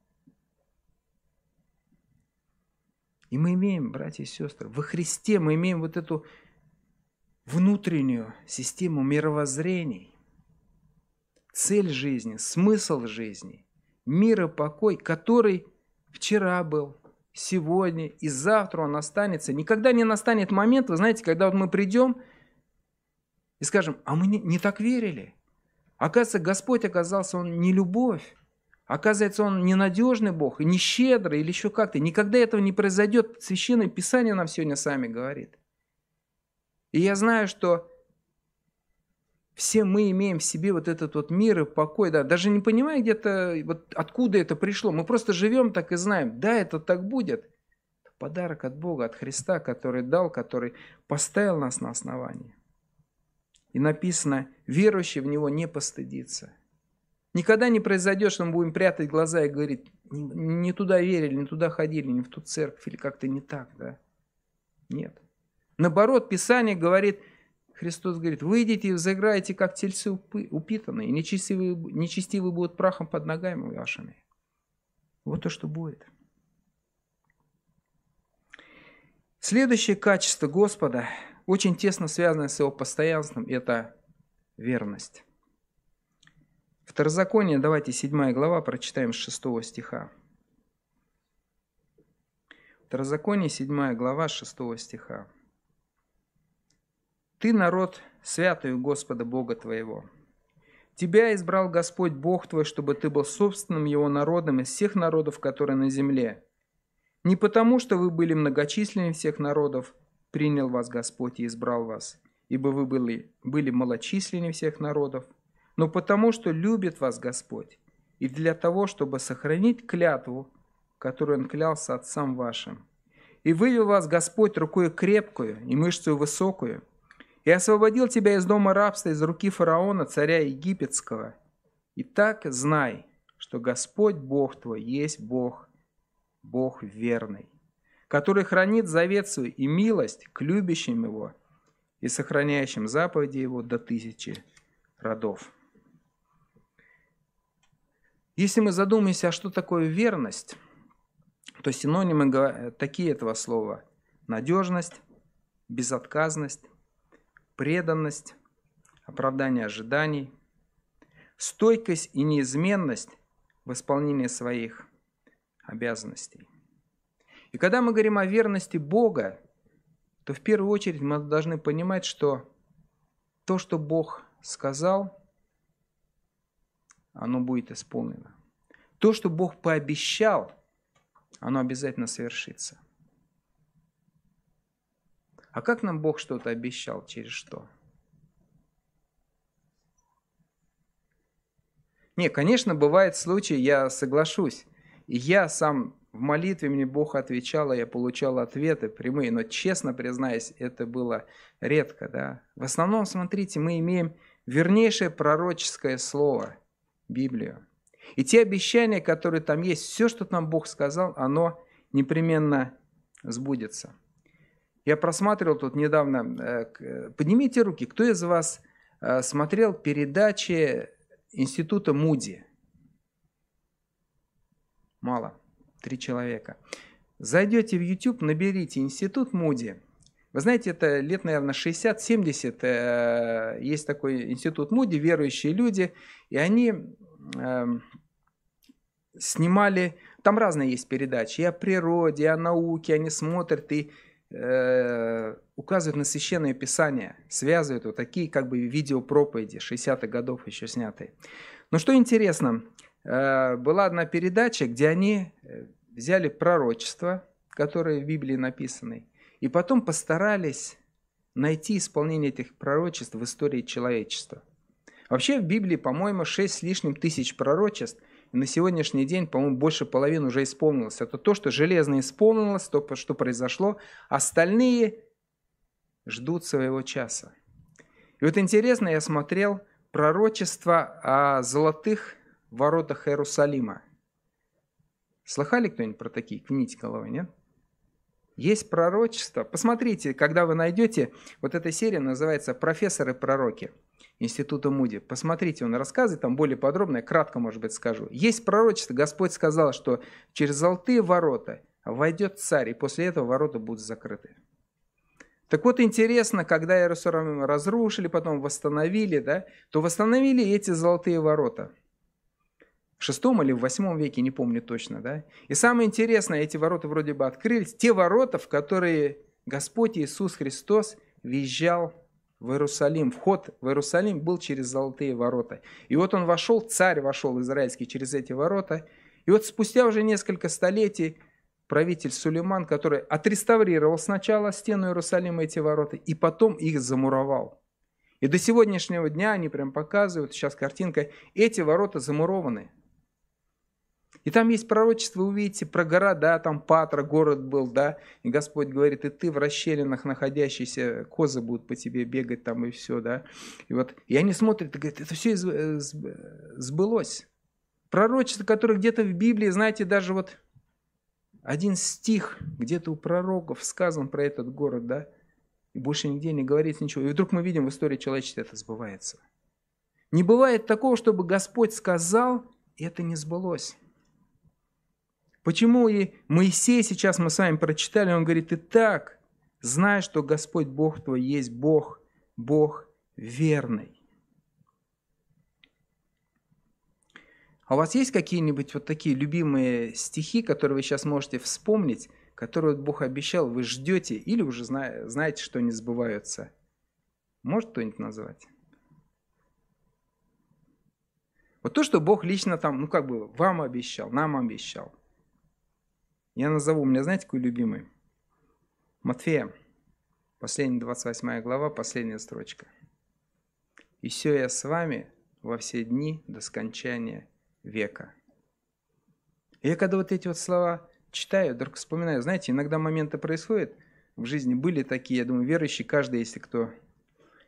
И мы имеем, братья и сестры, во Христе мы имеем вот эту внутреннюю систему мировоззрений, цель жизни, смысл жизни, мир и покой, который вчера был, сегодня и завтра он останется. Никогда не настанет момент, вы знаете, когда вот мы придем и скажем, а мы не, не так верили. Оказывается, Господь оказался, Он не любовь. Оказывается, Он ненадежный Бог, и не щедрый, или еще как-то. Никогда этого не произойдет. Священное Писание нам сегодня сами говорит. И я знаю, что все мы имеем в себе вот этот вот мир и покой. Да, даже не понимая где-то, вот откуда это пришло. Мы просто живем так и знаем, да, это так будет. Подарок от Бога, от Христа, который дал, который поставил нас на основании. И написано, верующий в Него не постыдится. Никогда не произойдет, что мы будем прятать глаза и говорить, не, не туда верили, не туда ходили, не в ту церковь, или как-то не так, да? Нет. Наоборот, Писание говорит, Христос говорит, выйдите и взыграете, как тельцы упитанные, нечестивые, нечестивые будут прахом под ногами вашими. Вот то, что будет. Следующее качество Господа, очень тесно связанное с Его постоянством, это верность. Второзаконие, давайте седьмая глава, прочитаем с шестого стиха. Второзаконие, седьмая глава, с шестого стиха. «Ты, народ, святый у Господа Бога твоего. Тебя избрал Господь Бог твой, чтобы ты был собственным Его народом из всех народов, которые на земле. Не потому, что вы были многочисленнее всех народов, принял вас Господь и избрал вас, ибо вы были, были малочисленнее всех народов, но потому, что любит вас Господь, и для того, чтобы сохранить клятву, которую Он клялся отцам вашим. И вывел вас Господь рукою крепкую и мышцею высокую, и освободил тебя из дома рабства, из руки фараона, царя египетского. Итак, знай, что Господь Бог твой есть Бог, Бог верный, который хранит завет свой и милость к любящим Его и сохраняющим заповеди Его до тысячи родов». Если мы задумаемся, а что такое верность, то синонимы такие этого слова: надежность, безотказность, преданность, оправдание ожиданий, стойкость и неизменность в исполнении своих обязанностей. И когда мы говорим о верности Бога, то в первую очередь мы должны понимать, что то, что Бог сказал, оно будет исполнено. То, что Бог пообещал, оно обязательно свершится. А как нам Бог что-то обещал? Через что? Не, конечно, бывают случаи, я соглашусь. И я сам в молитве, мне Бог отвечал, и я получал ответы прямые. Но, честно признаюсь, это было редко. Да? В основном, смотрите, мы имеем вернейшее пророческое слово, Библию. И те обещания, которые там есть, все, что нам Бог сказал, оно непременно сбудется. Я просматривал тут недавно, поднимите руки, кто из вас смотрел передачи Института Муди? Мало, три человека. Зайдете в YouTube, наберите Институт Муди. Вы знаете, это лет, наверное, шестьдесят-семьдесят, есть такой Институт Муди, верующие люди, и они снимали, там разные есть передачи, и о природе, и о науке, они смотрят и э, указывают на Священное Писание, связывают вот такие как бы видеопроповеди шестидесятых годов еще снятые. Но что интересно, э, была одна передача, где они взяли пророчества, которые в Библии написаны, и потом постарались найти исполнение этих пророчеств в истории человечества. Вообще в Библии, по-моему, шесть с лишним тысяч пророчеств, и на сегодняшний день, по-моему, больше половины уже исполнилось. Это то, что железно исполнилось, то, что произошло. Остальные ждут своего часа. И вот интересно, я смотрел пророчество о золотых воротах Иерусалима. Слыхали кто-нибудь про такие? Кивните головой, нет? Есть пророчество. Посмотрите, когда вы найдете, вот эта серия называется «Профессоры пророки» Института Муди. Посмотрите, он рассказывает, там более подробно, я кратко, может быть, скажу. Есть пророчество, Господь сказал, что через золотые ворота войдет царь, и после этого ворота будут закрыты. Так вот, интересно, когда Иерусалим разрушили, потом восстановили, да, то восстановили эти золотые ворота. В шестом или в восьмом веке, не помню точно, да. И самое интересное, эти ворота вроде бы открылись, те ворота, в которые Господь Иисус Христос въезжал в Иерусалим. Вход в Иерусалим был через золотые ворота. И вот он вошел, царь вошел израильский через эти ворота. И вот спустя уже несколько столетий правитель Сулейман, который отреставрировал сначала стену Иерусалима, эти ворота, и потом их замуровал. И до сегодняшнего дня они прям показывают, сейчас картинка, эти ворота замурованы. И там есть пророчество, вы увидите, про города, там Патра, город был, да, и Господь говорит, и ты в расщелинах находящиеся, козы будут по тебе бегать там и все, да. И вот, и они смотрят и говорят, это все сбылось. Пророчество, которое где-то в Библии, знаете, даже вот один стих где-то у пророков сказан про этот город, да, и больше нигде не говорится ничего. И вдруг мы видим в истории человечества это сбывается. Не бывает такого, чтобы Господь сказал, и это не сбылось. Почему и Моисей, сейчас мы с вами прочитали, он говорит, итак, знай, что Господь Бог твой есть Бог, Бог верный. А у вас есть какие-нибудь вот такие любимые стихи, которые вы сейчас можете вспомнить, которые Бог обещал, вы ждете или уже знаете, что не сбываются? Может кто-нибудь назвать? Вот то, что Бог лично там, ну как бы вам обещал, нам обещал. Я назову, у меня знаете, какой любимый? Матфея, последняя двадцать восьмая глава, последняя строчка. «И все я с вами во все дни до скончания века». И я когда вот эти вот слова читаю, вдруг вспоминаю, знаете, иногда моменты происходят в жизни, были такие, я думаю, верующие, каждый, если кто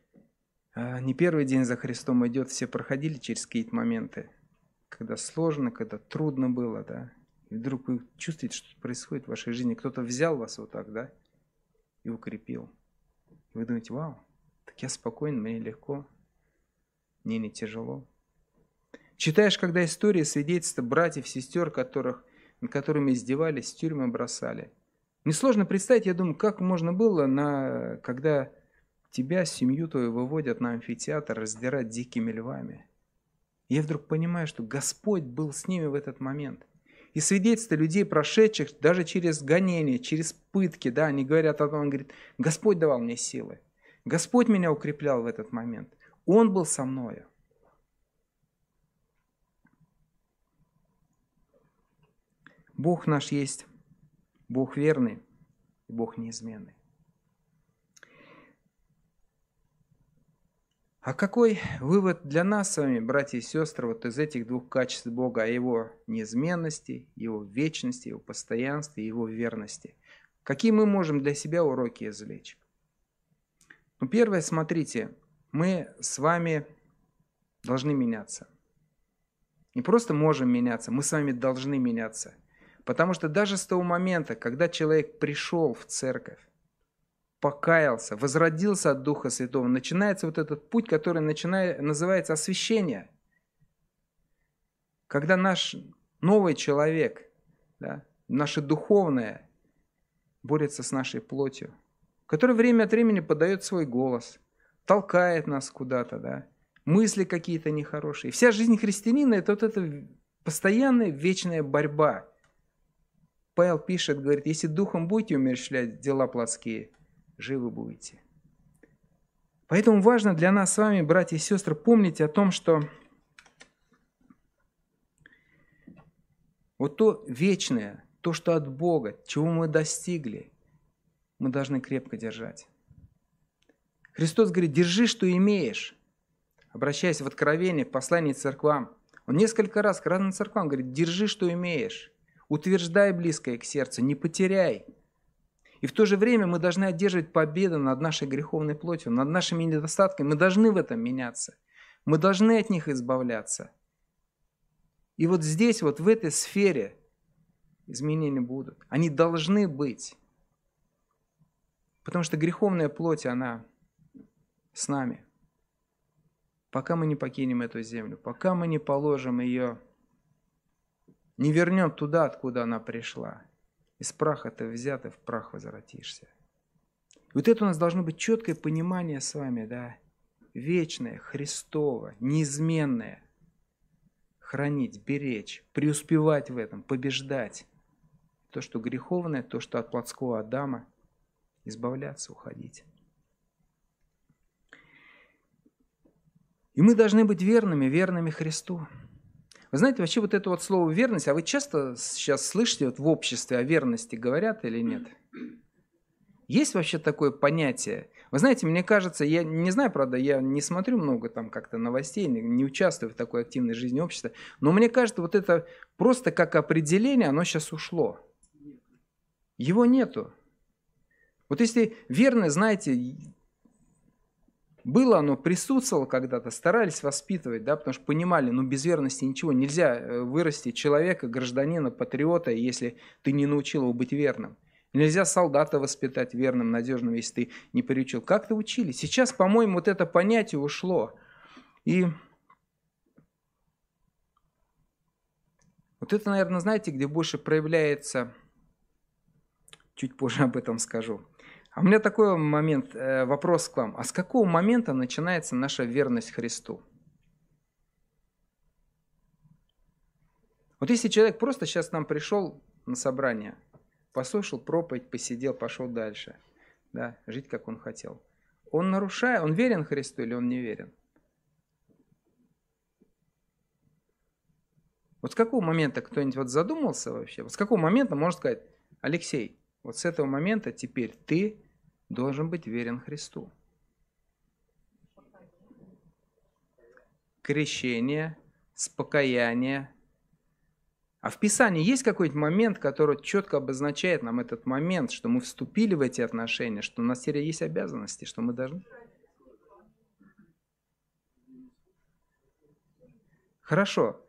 не первый день за Христом идет, все проходили через какие-то моменты, когда сложно, когда трудно было, да. И вдруг вы чувствуете, что происходит в вашей жизни. Кто-то взял вас вот так, да, и укрепил. И вы думаете, вау, так я спокоен, мне легко, мне не тяжело. Читаешь, когда истории, свидетельства братьев, сестер, которых, над которыми издевались, в тюрьмы бросали. Несложно представить, я думаю, как можно было, на, когда тебя, семью твою выводят на амфитеатр, раздирать дикими львами. И я вдруг понимаю, что Господь был с ними в этот момент. И свидетельства людей, прошедших даже через гонения, через пытки, да, они говорят о том, он говорит, Господь давал мне силы. Господь меня укреплял в этот момент. Он был со мною. Бог наш есть Бог верный и Бог неизменный. А какой вывод для нас с вами, братья и сестры, вот из этих двух качеств Бога, о Его неизменности, Его вечности, Его постоянстве, Его верности? Какие мы можем для себя уроки извлечь? Ну, первое, смотрите, мы с вами должны меняться. Не просто можем меняться, мы с вами должны меняться. Потому что даже с того момента, когда человек пришел в церковь, покаялся, возродился от Духа Святого, начинается вот этот путь, который начинает, называется освящение. Когда наш новый человек, да, наше духовное, борется с нашей плотью, который время от времени подает свой голос, толкает нас куда-то, да, мысли какие-то нехорошие. Вся жизнь христианина – это вот эта постоянная вечная борьба. Павел пишет, говорит, если духом будете умерщвлять дела плотские, живы будете. Поэтому важно для нас с вами, братья и сестры, помнить о том, что вот то вечное, то, что от Бога, чего мы достигли, мы должны крепко держать. Христос говорит, держи, что имеешь. Обращаясь в Откровение, в послании к церквам, Он несколько раз к разным церквам говорит, держи, что имеешь. Утверждай близкое к сердцу, не потеряй. И в то же время мы должны одерживать победу над нашей греховной плотью, над нашими недостатками. Мы должны в этом меняться. Мы должны от них избавляться. И вот здесь, вот в этой сфере изменения будут. Они должны быть. Потому что греховная плоть, она с нами. Пока мы не покинем эту землю, пока мы не положим ее, не вернем туда, откуда она пришла. Из праха ты взят, и в прах возвратишься. И вот это у нас должно быть четкое понимание с вами, да, вечное, Христово, неизменное. Хранить, беречь, преуспевать в этом, побеждать. То, что греховное, то, что от плотского Адама, избавляться, уходить. И мы должны быть верными, верными Христу. Вы знаете, вообще вот это вот слово «верность», а вы часто сейчас слышите вот в обществе о верности говорят или нет? Есть вообще такое понятие? Вы знаете, мне кажется, я не знаю, правда, я не смотрю много там как-то новостей, не, не участвую в такой активной жизни общества, но мне кажется, вот это просто как определение, оно сейчас ушло. Его нету. Вот если верность, знаете, было оно, присутствовало когда-то, старались воспитывать, да, потому что понимали, ну без верности ничего, нельзя вырастить человека, гражданина, патриота, если ты не научил его быть верным. Нельзя солдата воспитать верным, надежным, если ты не приучил. Как-то учили. Сейчас, по-моему, вот это понятие ушло. И вот это, наверное, знаете, где больше проявляется, чуть позже об этом скажу. А у меня такой момент, вопрос к вам. А с какого момента начинается наша верность Христу? Вот если человек просто сейчас к нам пришел на собрание, послушал проповедь, посидел, пошел дальше, да, жить, как он хотел. Он нарушает, он верен Христу или он не верен? Вот с какого момента кто-нибудь вот задумался вообще? Вот с какого момента можно сказать, Алексей, вот с этого момента теперь ты должен быть верен Христу? Крещение, покаяние. А в Писании есть какой-то момент, который четко обозначает нам этот момент, что мы вступили в эти отношения, что у нас теперь есть обязанности, что мы должны... Хорошо.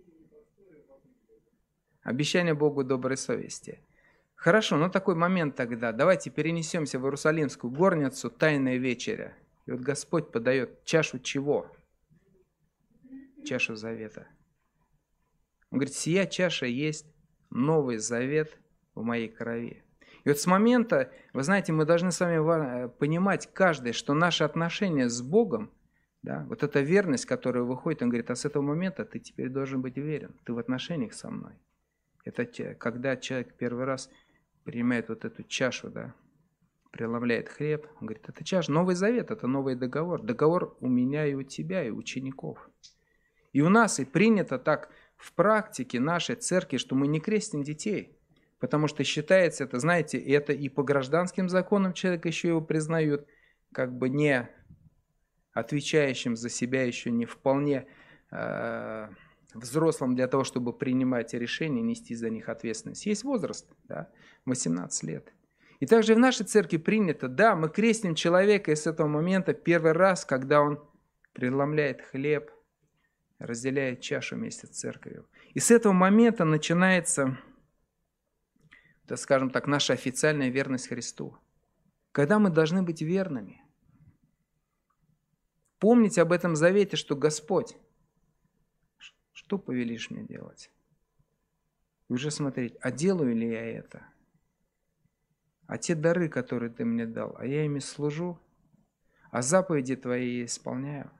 Обещание Богу доброй совести. Хорошо, но такой момент тогда. Давайте перенесемся в Иерусалимскую горницу, тайная вечеря. И вот Господь подает чашу чего? Чашу завета. Он говорит, сия чаша есть новый завет в моей крови. И вот с момента, вы знаете, мы должны с вами понимать каждый, что наши отношения с Богом, да, вот эта верность, которая выходит, он говорит, а с этого момента ты теперь должен быть верен, ты в отношениях со мной. Это когда человек первый раз принимает вот эту чашу, да, преломляет хлеб, он говорит, это чаша, Новый Завет, это новый договор, договор у меня и у тебя, и у учеников. И у нас и принято так в практике нашей церкви, что мы не крестим детей, потому что считается это, знаете, это и по гражданским законам человек еще его признают, как бы не отвечающим за себя, еще не вполне э, взрослым для того, чтобы принимать решения, нести за них ответственность. Есть возраст, да, восемнадцать лет. И также в нашей церкви принято, да, мы крестим человека, и с этого момента первый раз, когда он преломляет хлеб, разделяет чашу вместе с церковью. И с этого момента начинается, так скажем так, наша официальная верность Христу. Когда мы должны быть верными. Помнить об этом завете, что Господь, что повелишь мне делать? И уже смотреть, а делаю ли я это? А те дары, которые ты мне дал, а я ими служу? А заповеди твои я исполняю?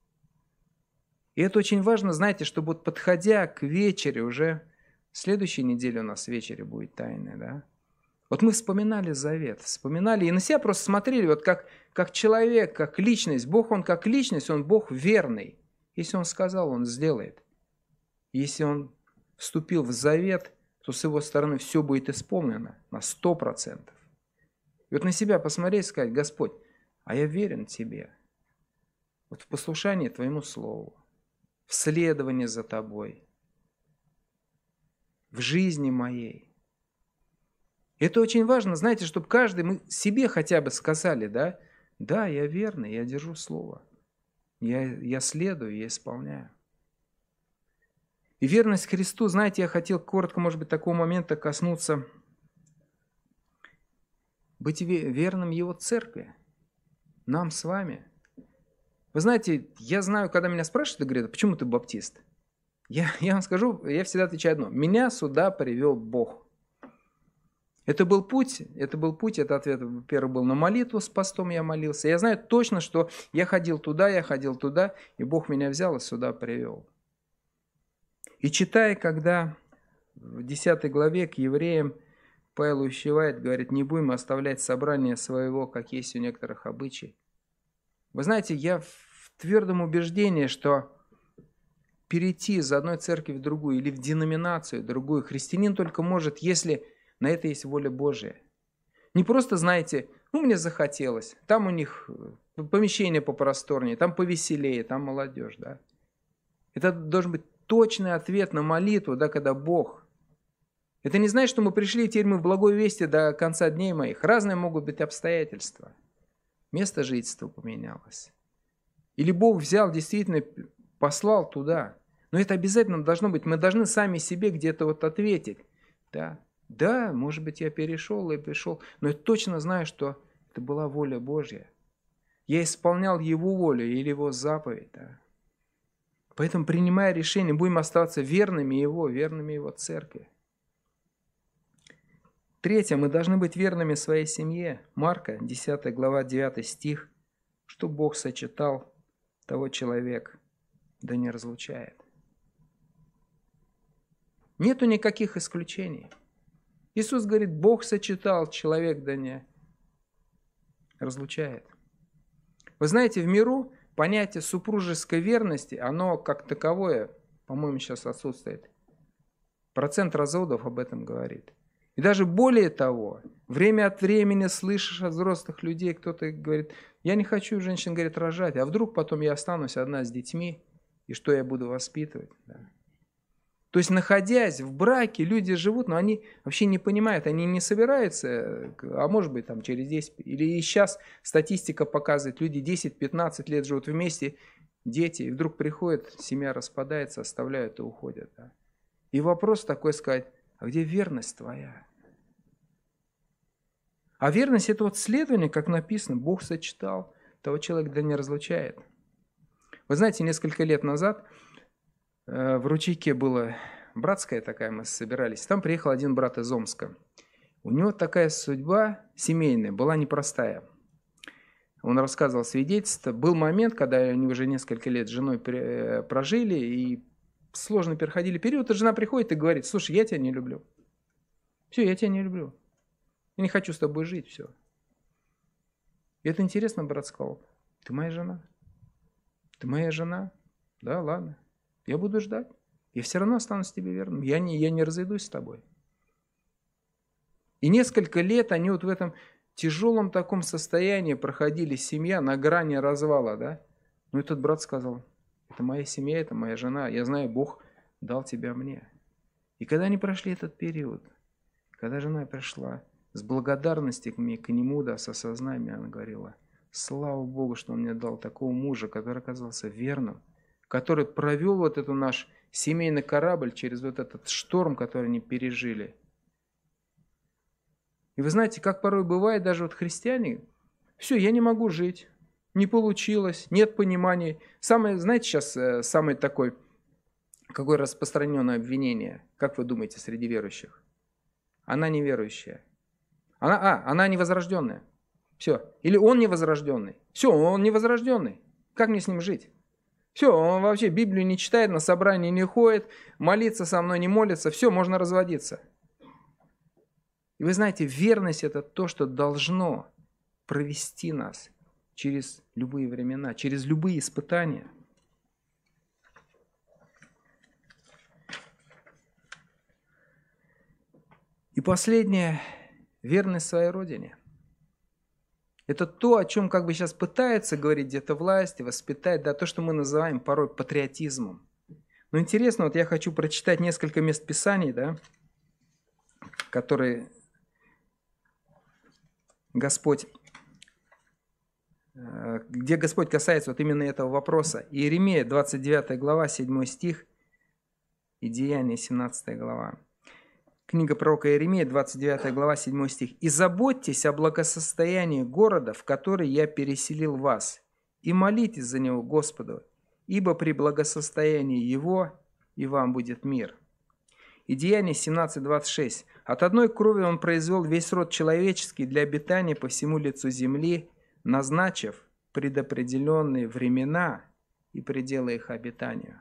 И это очень важно, знаете, чтобы вот подходя к вечере, уже в следующей неделе у нас вечеря будет тайная, да? Вот мы вспоминали завет, вспоминали и на себя просто смотрели, вот как, как человек, как личность. Бог, Он как личность, Он Бог верный. Если Он сказал, Он сделает. Если Он вступил в завет, то с Его стороны все будет исполнено на сто процентов. И вот на себя посмотреть и сказать, Господь, а я верен Тебе. Вот в послушании Твоему Слову, в следовании за Тобой, в жизни моей. Это очень важно, знаете, чтобы каждый, мы себе хотя бы сказали, да, да, я верный, я держу слово, я, я следую, я исполняю. И верность Христу, знаете, я хотел коротко, может быть, такого момента коснуться, быть верным Его церкви, нам с вами. Вы знаете, я знаю, когда меня спрашивают, и говорят, почему ты баптист? Я, я вам скажу, я всегда отвечаю одно, меня сюда привел Бог. Это был путь, это был путь, это ответ, во-первых, был на молитву, с постом я молился. Я знаю точно, что я ходил туда, я ходил туда, и Бог меня взял и сюда привел. И читая, когда в десятой главе к евреям Павел увещевает, говорит, не будем оставлять собрание своего, как есть у некоторых обычай. Вы знаете, я в твердом убеждении, что перейти из одной церкви в другую или в деноминацию в другую христианин только может, если на это есть воля Божия. Не просто, знаете, ну мне захотелось, там у них помещение попросторнее, там повеселее, там молодежь, да. Это должен быть точный ответ на молитву, да, когда Бог. Это не значит, что мы пришли, и теперь мы в благой вести до конца дней моих. Разные могут быть обстоятельства. Место жительства поменялось. Или Бог взял, действительно послал туда. Но это обязательно должно быть. Мы должны сами себе где-то вот ответить. Да, да, может быть, я перешел и пришел, но я точно знаю, что это была воля Божья. Я исполнял Его волю или Его заповедь. Да. Поэтому, принимая решение, будем оставаться верными Его, верными Его церкви. Третье, мы должны быть верными своей семье. Марка, десятая глава, девятый стих. Что Бог сочетал, того человек да не разлучает. Нету никаких исключений. Иисус говорит, Бог сочетал, человек да не разлучает. Вы знаете, в миру понятие супружеской верности, оно как таковое, по-моему, сейчас отсутствует. Процент разводов об этом говорит. И даже более того, время от времени слышишь от взрослых людей, кто-то говорит, я не хочу, женщина говорит, рожать, а вдруг потом я останусь одна с детьми, и что я буду воспитывать? Да. То есть, находясь в браке, люди живут, но они вообще не понимают, они не собираются, а может быть, там через десять, или и сейчас статистика показывает, люди десять-пятнадцать лет живут вместе, дети, и вдруг приходит, семья распадается, оставляют и уходят. Да? И вопрос такой сказать, а где верность твоя? А верность – это вот следование, как написано, Бог сочетал, того человека да не разлучает. Вы знаете, несколько лет назад э, в Ручейке была братская такая, мы собирались, там приехал один брат из Омска. У него такая судьба семейная была непростая. Он рассказывал свидетельство. Был момент, когда они уже несколько лет с женой прожили, и сложно переходили период, и жена приходит и говорит, слушай, я тебя не люблю. Все, я тебя не люблю. Я не хочу с тобой жить, все. И это интересно, брат сказал, ты моя жена. Ты моя жена? Да, ладно. Я буду ждать. Я все равно останусь тебе верным. Я не, я не разойдусь с тобой. И несколько лет они вот в этом тяжелом таком состоянии проходили, семья на грани развала, да? Ну, этот брат сказал, это моя семья, это моя жена, я знаю, Бог дал тебя мне. И когда они прошли этот период, когда жена пришла с благодарностью к нему, да, с осознанием, она говорила, слава Богу, что он мне дал такого мужа, который оказался верным, который провел вот этот наш семейный корабль через вот этот шторм, который они пережили. И вы знаете, как порой бывает, даже вот христиане, все, я не могу жить, не получилось, нет понимания. Самое, знаете, сейчас э, самое такое, какое распространенное обвинение, как вы думаете, среди верующих? Она неверующая. Она, а, она невозрожденная. Все. Или он невозрожденный. Все, он невозрожденный. Как мне с ним жить? Все, он вообще Библию не читает, на собрание не ходит, молиться со мной не молится, все, можно разводиться. И вы знаете, верность – это то, что должно провести нас через любые времена, через любые испытания. И последнее – верность своей Родине. Это то, о чем как бы сейчас пытается говорить где-то власть, воспитать, да, то, что мы называем порой патриотизмом. Но интересно, вот я хочу прочитать несколько мест Писаний, да, которые Господь, где Господь касается вот именно этого вопроса. Иеремия, двадцать девятая глава, седьмой стих, и Деяния, семнадцатая глава. Книга пророка Иеремия, двадцать девятая глава, седьмой стих. «И заботьтесь о благосостоянии города, в который я переселил вас, и молитесь за него Господу, ибо при благосостоянии его и вам будет мир». И Деяния семнадцать двадцать шесть. «От одной крови он произвел весь род человеческий для обитания по всему лицу земли, назначив предопределенные времена и пределы их обитания».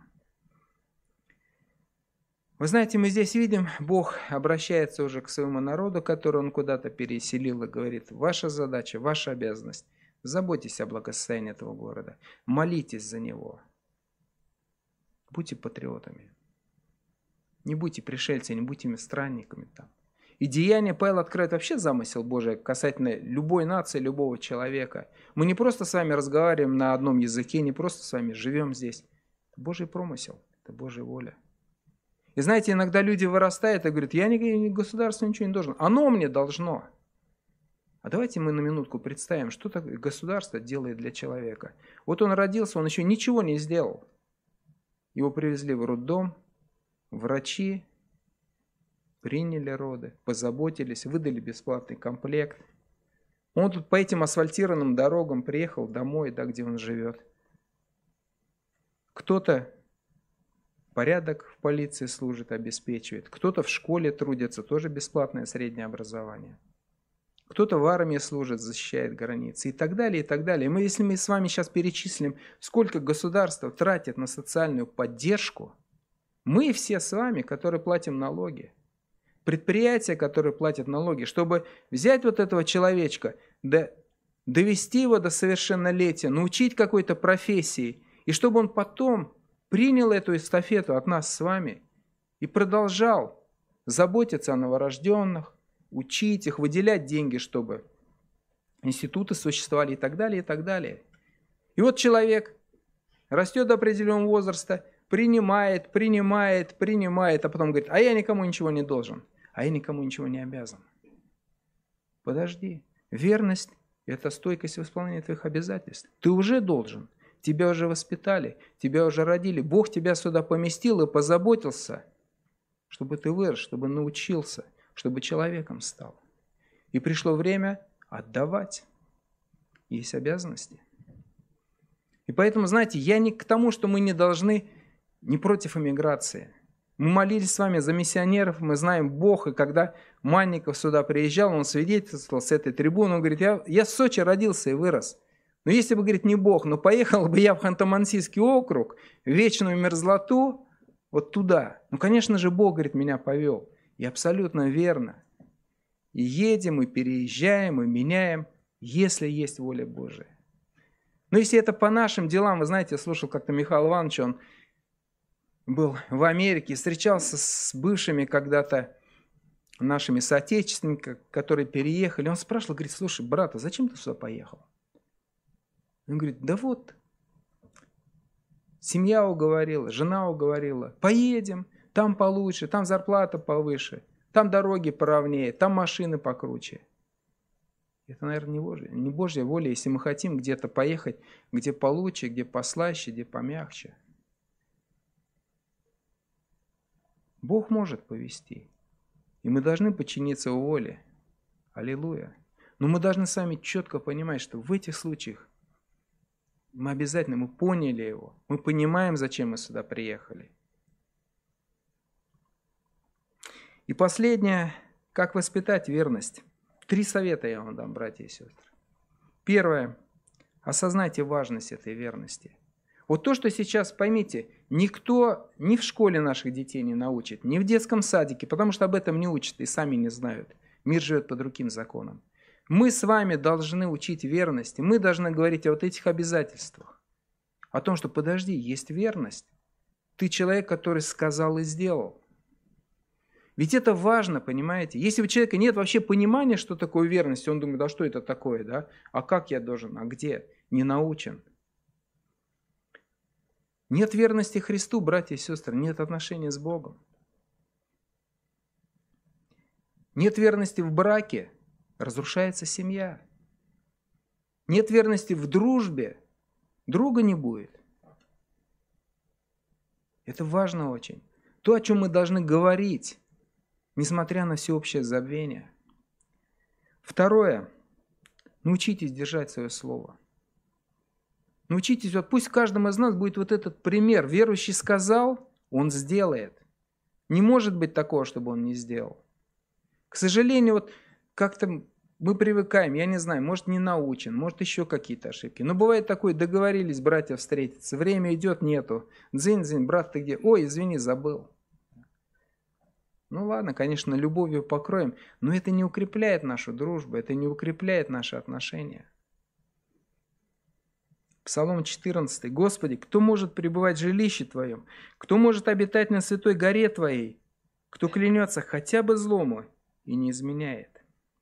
Вы знаете, мы здесь видим, Бог обращается уже к своему народу, который он куда-то переселил, и говорит, ваша задача, ваша обязанность, заботьтесь о благосостоянии этого города, молитесь за него, будьте патриотами, не будьте пришельцами, не будьте странниками там. И Деяния Павел открывает вообще замысел Божий касательно любой нации, любого человека. Мы не просто с вами разговариваем на одном языке, не просто с вами живем здесь. Это Божий промысел, это Божья воля. И знаете, иногда люди вырастают и говорят, я не, государству ничего не должен, оно мне должно. А давайте мы на минутку представим, что такое государство делает для человека. Вот он родился, он еще ничего не сделал. Его привезли в роддом, врачи приняли роды, позаботились, выдали бесплатный комплект. Он тут по этим асфальтированным дорогам приехал домой, да, где он живет. Кто-то порядок в полиции служит, обеспечивает. Кто-то в школе трудится, тоже бесплатное среднее образование. Кто-то в армии служит, защищает границы и так далее, и так далее. Мы, если мы с вами сейчас перечислим, сколько государство тратит на социальную поддержку, мы все с вами, которые платим налоги, предприятия, которые платят налоги, чтобы взять вот этого человечка, да, довести его до совершеннолетия, научить какой-то профессии, и чтобы он потом принял эту эстафету от нас с вами и продолжал заботиться о новорожденных, учить их, выделять деньги, чтобы институты существовали и так далее, и так далее. И вот человек растет до определенного возраста, принимает, принимает, принимает, а потом говорит, а я никому ничего не должен, а я никому ничего не обязан. Подожди, верность – это стойкость в исполнении твоих обязательств. Ты уже должен. тебя уже воспитали, тебя уже родили. Бог тебя сюда поместил и позаботился, чтобы ты вырос, чтобы научился, чтобы человеком стал. И пришло время отдавать. Есть обязанности. И поэтому, знаете, я не к тому, что мы не должны, не против иммиграции. Мы молились с вами за миссионеров, мы знаем Бог, и когда Манников сюда приезжал, он свидетельствовал с этой трибуны, он говорит, я, я в Сочи родился и вырос. Но если бы, говорит, не Бог, но поехал бы я в Ханты-Мансийский округ, в вечную мерзлоту, вот туда. Ну, конечно же, Бог, говорит, меня повел. И абсолютно верно. И едем, и переезжаем, и меняем, если есть воля Божия. Но если это по нашим делам, вы знаете, я слушал как-то Михаила Ивановича, он был в Америке, встречался с бывшими когда-то нашими соотечественниками, которые переехали. Он спрашивал, говорит, слушай, брат, а зачем ты сюда поехал? Он говорит, да вот, семья уговорила, жена уговорила, поедем, там получше, там зарплата повыше, там дороги поровнее, там машины покруче. Это, наверное, не Божья, не Божья воля, если мы хотим где-то поехать, где получше, где послаще, где помягче. Бог может повести, и мы должны подчиниться Его воле. Аллилуйя. Но мы должны сами четко понимать, что в этих случаях мы обязательно, мы поняли Его, мы понимаем, зачем мы сюда приехали. И последнее, как воспитать верность. Три совета я вам дам, братья и сестры. Первое. Осознайте важность этой верности. Вот то, что сейчас, поймите, никто ни в школе наших детей не научит, ни в детском садике, потому что об этом не учат и сами не знают. Мир живет по другим законам. Мы с вами должны учить верности, мы должны говорить о вот этих обязательствах. О том, что подожди, есть верность. Ты человек, который сказал и сделал. Ведь это важно, понимаете? Если у человека нет вообще понимания, что такое верность, он думает, да что это такое, да? А как я должен, а где? Не научен. Нет верности Христу, братья и сестры, нет отношений с Богом. Нет верности в браке, разрушается семья. Нет верности в дружбе, друга не будет. Это важно очень. То, о чем мы должны говорить, несмотря на всеобщее забвение. Второе. Научитесь держать свое слово. Научитесь, вот пусть в каждом из нас будет вот этот пример. Верующий сказал, он сделает. Не может быть такого, чтобы он не сделал. К сожалению, вот как-то мы привыкаем, я не знаю, может не научен, может еще какие-то ошибки. Но бывает такое, договорились братья встретиться, время идет, нету. Дзынь-дзынь, брат, ты где? Ой, извини, забыл. Ну ладно, конечно, любовью покроем, но это не укрепляет нашу дружбу, это не укрепляет наши отношения. Псалом четырнадцатый. Господи, кто может пребывать в жилище Твоем? Кто может обитать на святой горе Твоей? Кто клянется хотя бы злому и не изменяет?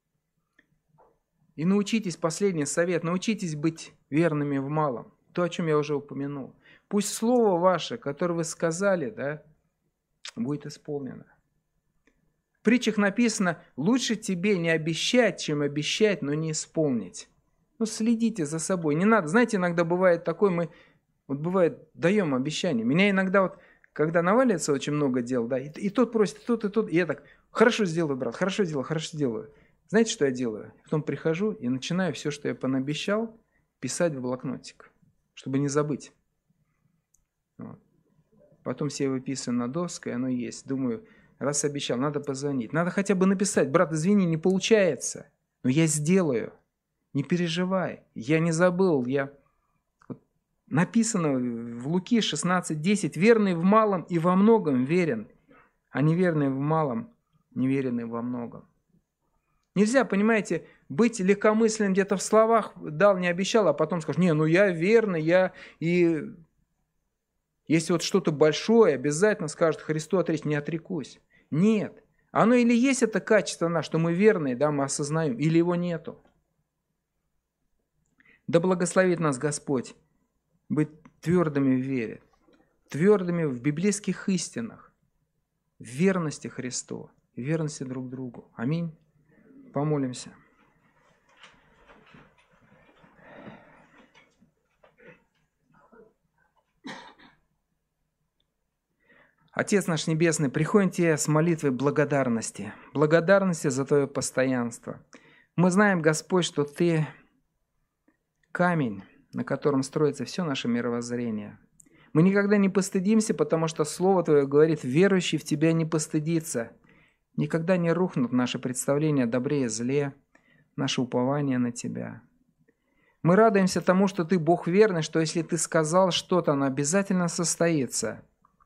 И научитесь, последний совет, научитесь быть верными в малом. То, о чем я уже упомянул. Пусть слово ваше, которое вы сказали, да, будет исполнено. В притчах написано, лучше тебе не обещать, чем обещать, но не исполнить. Ну, следите за собой. Не надо. Знаете, иногда бывает такое, мы, вот бывает, даем обещание. Меня иногда вот, когда наваливается очень много дел, да, и, и тот просит, и тот, и тот, и я так, хорошо сделаю, брат, хорошо сделаю, хорошо сделаю. Знаете, что я делаю? Потом прихожу и начинаю все, что я понаобещал, писать в блокнотик, чтобы не забыть. Вот. Потом все выписываю на доску, и оно есть. Думаю, раз обещал, надо позвонить. Надо хотя бы написать, брат, извини, не получается, но я сделаю. Не переживай, я не забыл, я... Вот написано в Луки шестнадцать десять, верный в малом и во многом верен, а неверный в малом, неверенный во многом. Нельзя, понимаете, быть легкомысленным где-то в словах, дал, не обещал, а потом скажешь, не, ну я верный, я и... Если вот что-то большое, обязательно скажет Христу отречь, не отрекусь. Нет, оно или есть это качество наше, что мы верные, да, мы осознаем, или его нету. Да благословит нас Господь быть твердыми в вере, твердыми в библейских истинах, в верности Христу, в верности друг другу. Аминь. Помолимся. Отец наш Небесный, приходим к Тебе с молитвой благодарности. Благодарности за Твое постоянство. Мы знаем, Господь, что Ты камень, на котором строится все наше мировоззрение. Мы никогда не постыдимся, потому что Слово Твое говорит, верующий в Тебя не постыдится. Никогда не рухнут наши представления о добре и зле, наше упование на Тебя. Мы радуемся тому, что Ты Бог верный, что если Ты сказал что-то, оно обязательно состоится.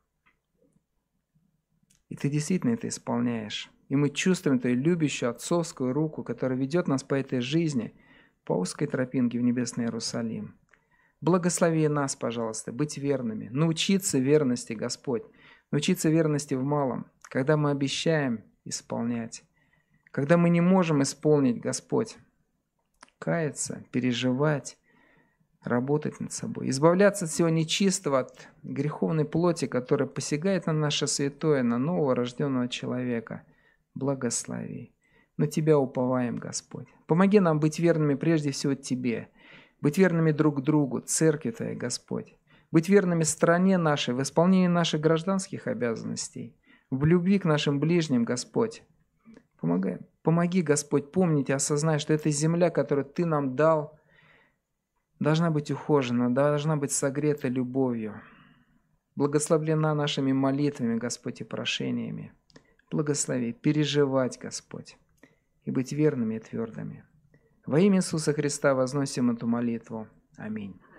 И Ты действительно это исполняешь. И мы чувствуем Твою любящую отцовскую руку, которая ведет нас по этой жизни, по узкой тропинке в небесный Иерусалим. Благослови нас, пожалуйста, быть верными, научиться верности, Господь, научиться верности в малом, когда мы обещаем исполнять, когда мы не можем исполнить, Господь, каяться, переживать, работать над собой, избавляться от всего нечистого, от греховной плоти, которая посягает на наше святое, на нового рожденного человека. Благослови. На Тебя уповаем, Господь. Помоги нам быть верными прежде всего Тебе, быть верными друг другу, церкви Твоей, Господь, быть верными стране нашей в исполнении наших гражданских обязанностей, в любви к нашим ближним, Господь. Помогай. Помоги, Господь, помнить и осознать, что эта земля, которую Ты нам дал, должна быть ухожена, должна быть согрета любовью, благословлена нашими молитвами, Господь, и прошениями. Благослови, переживать, Господь, и быть верными и твердыми. Во имя Иисуса Христа возносим эту молитву. Аминь.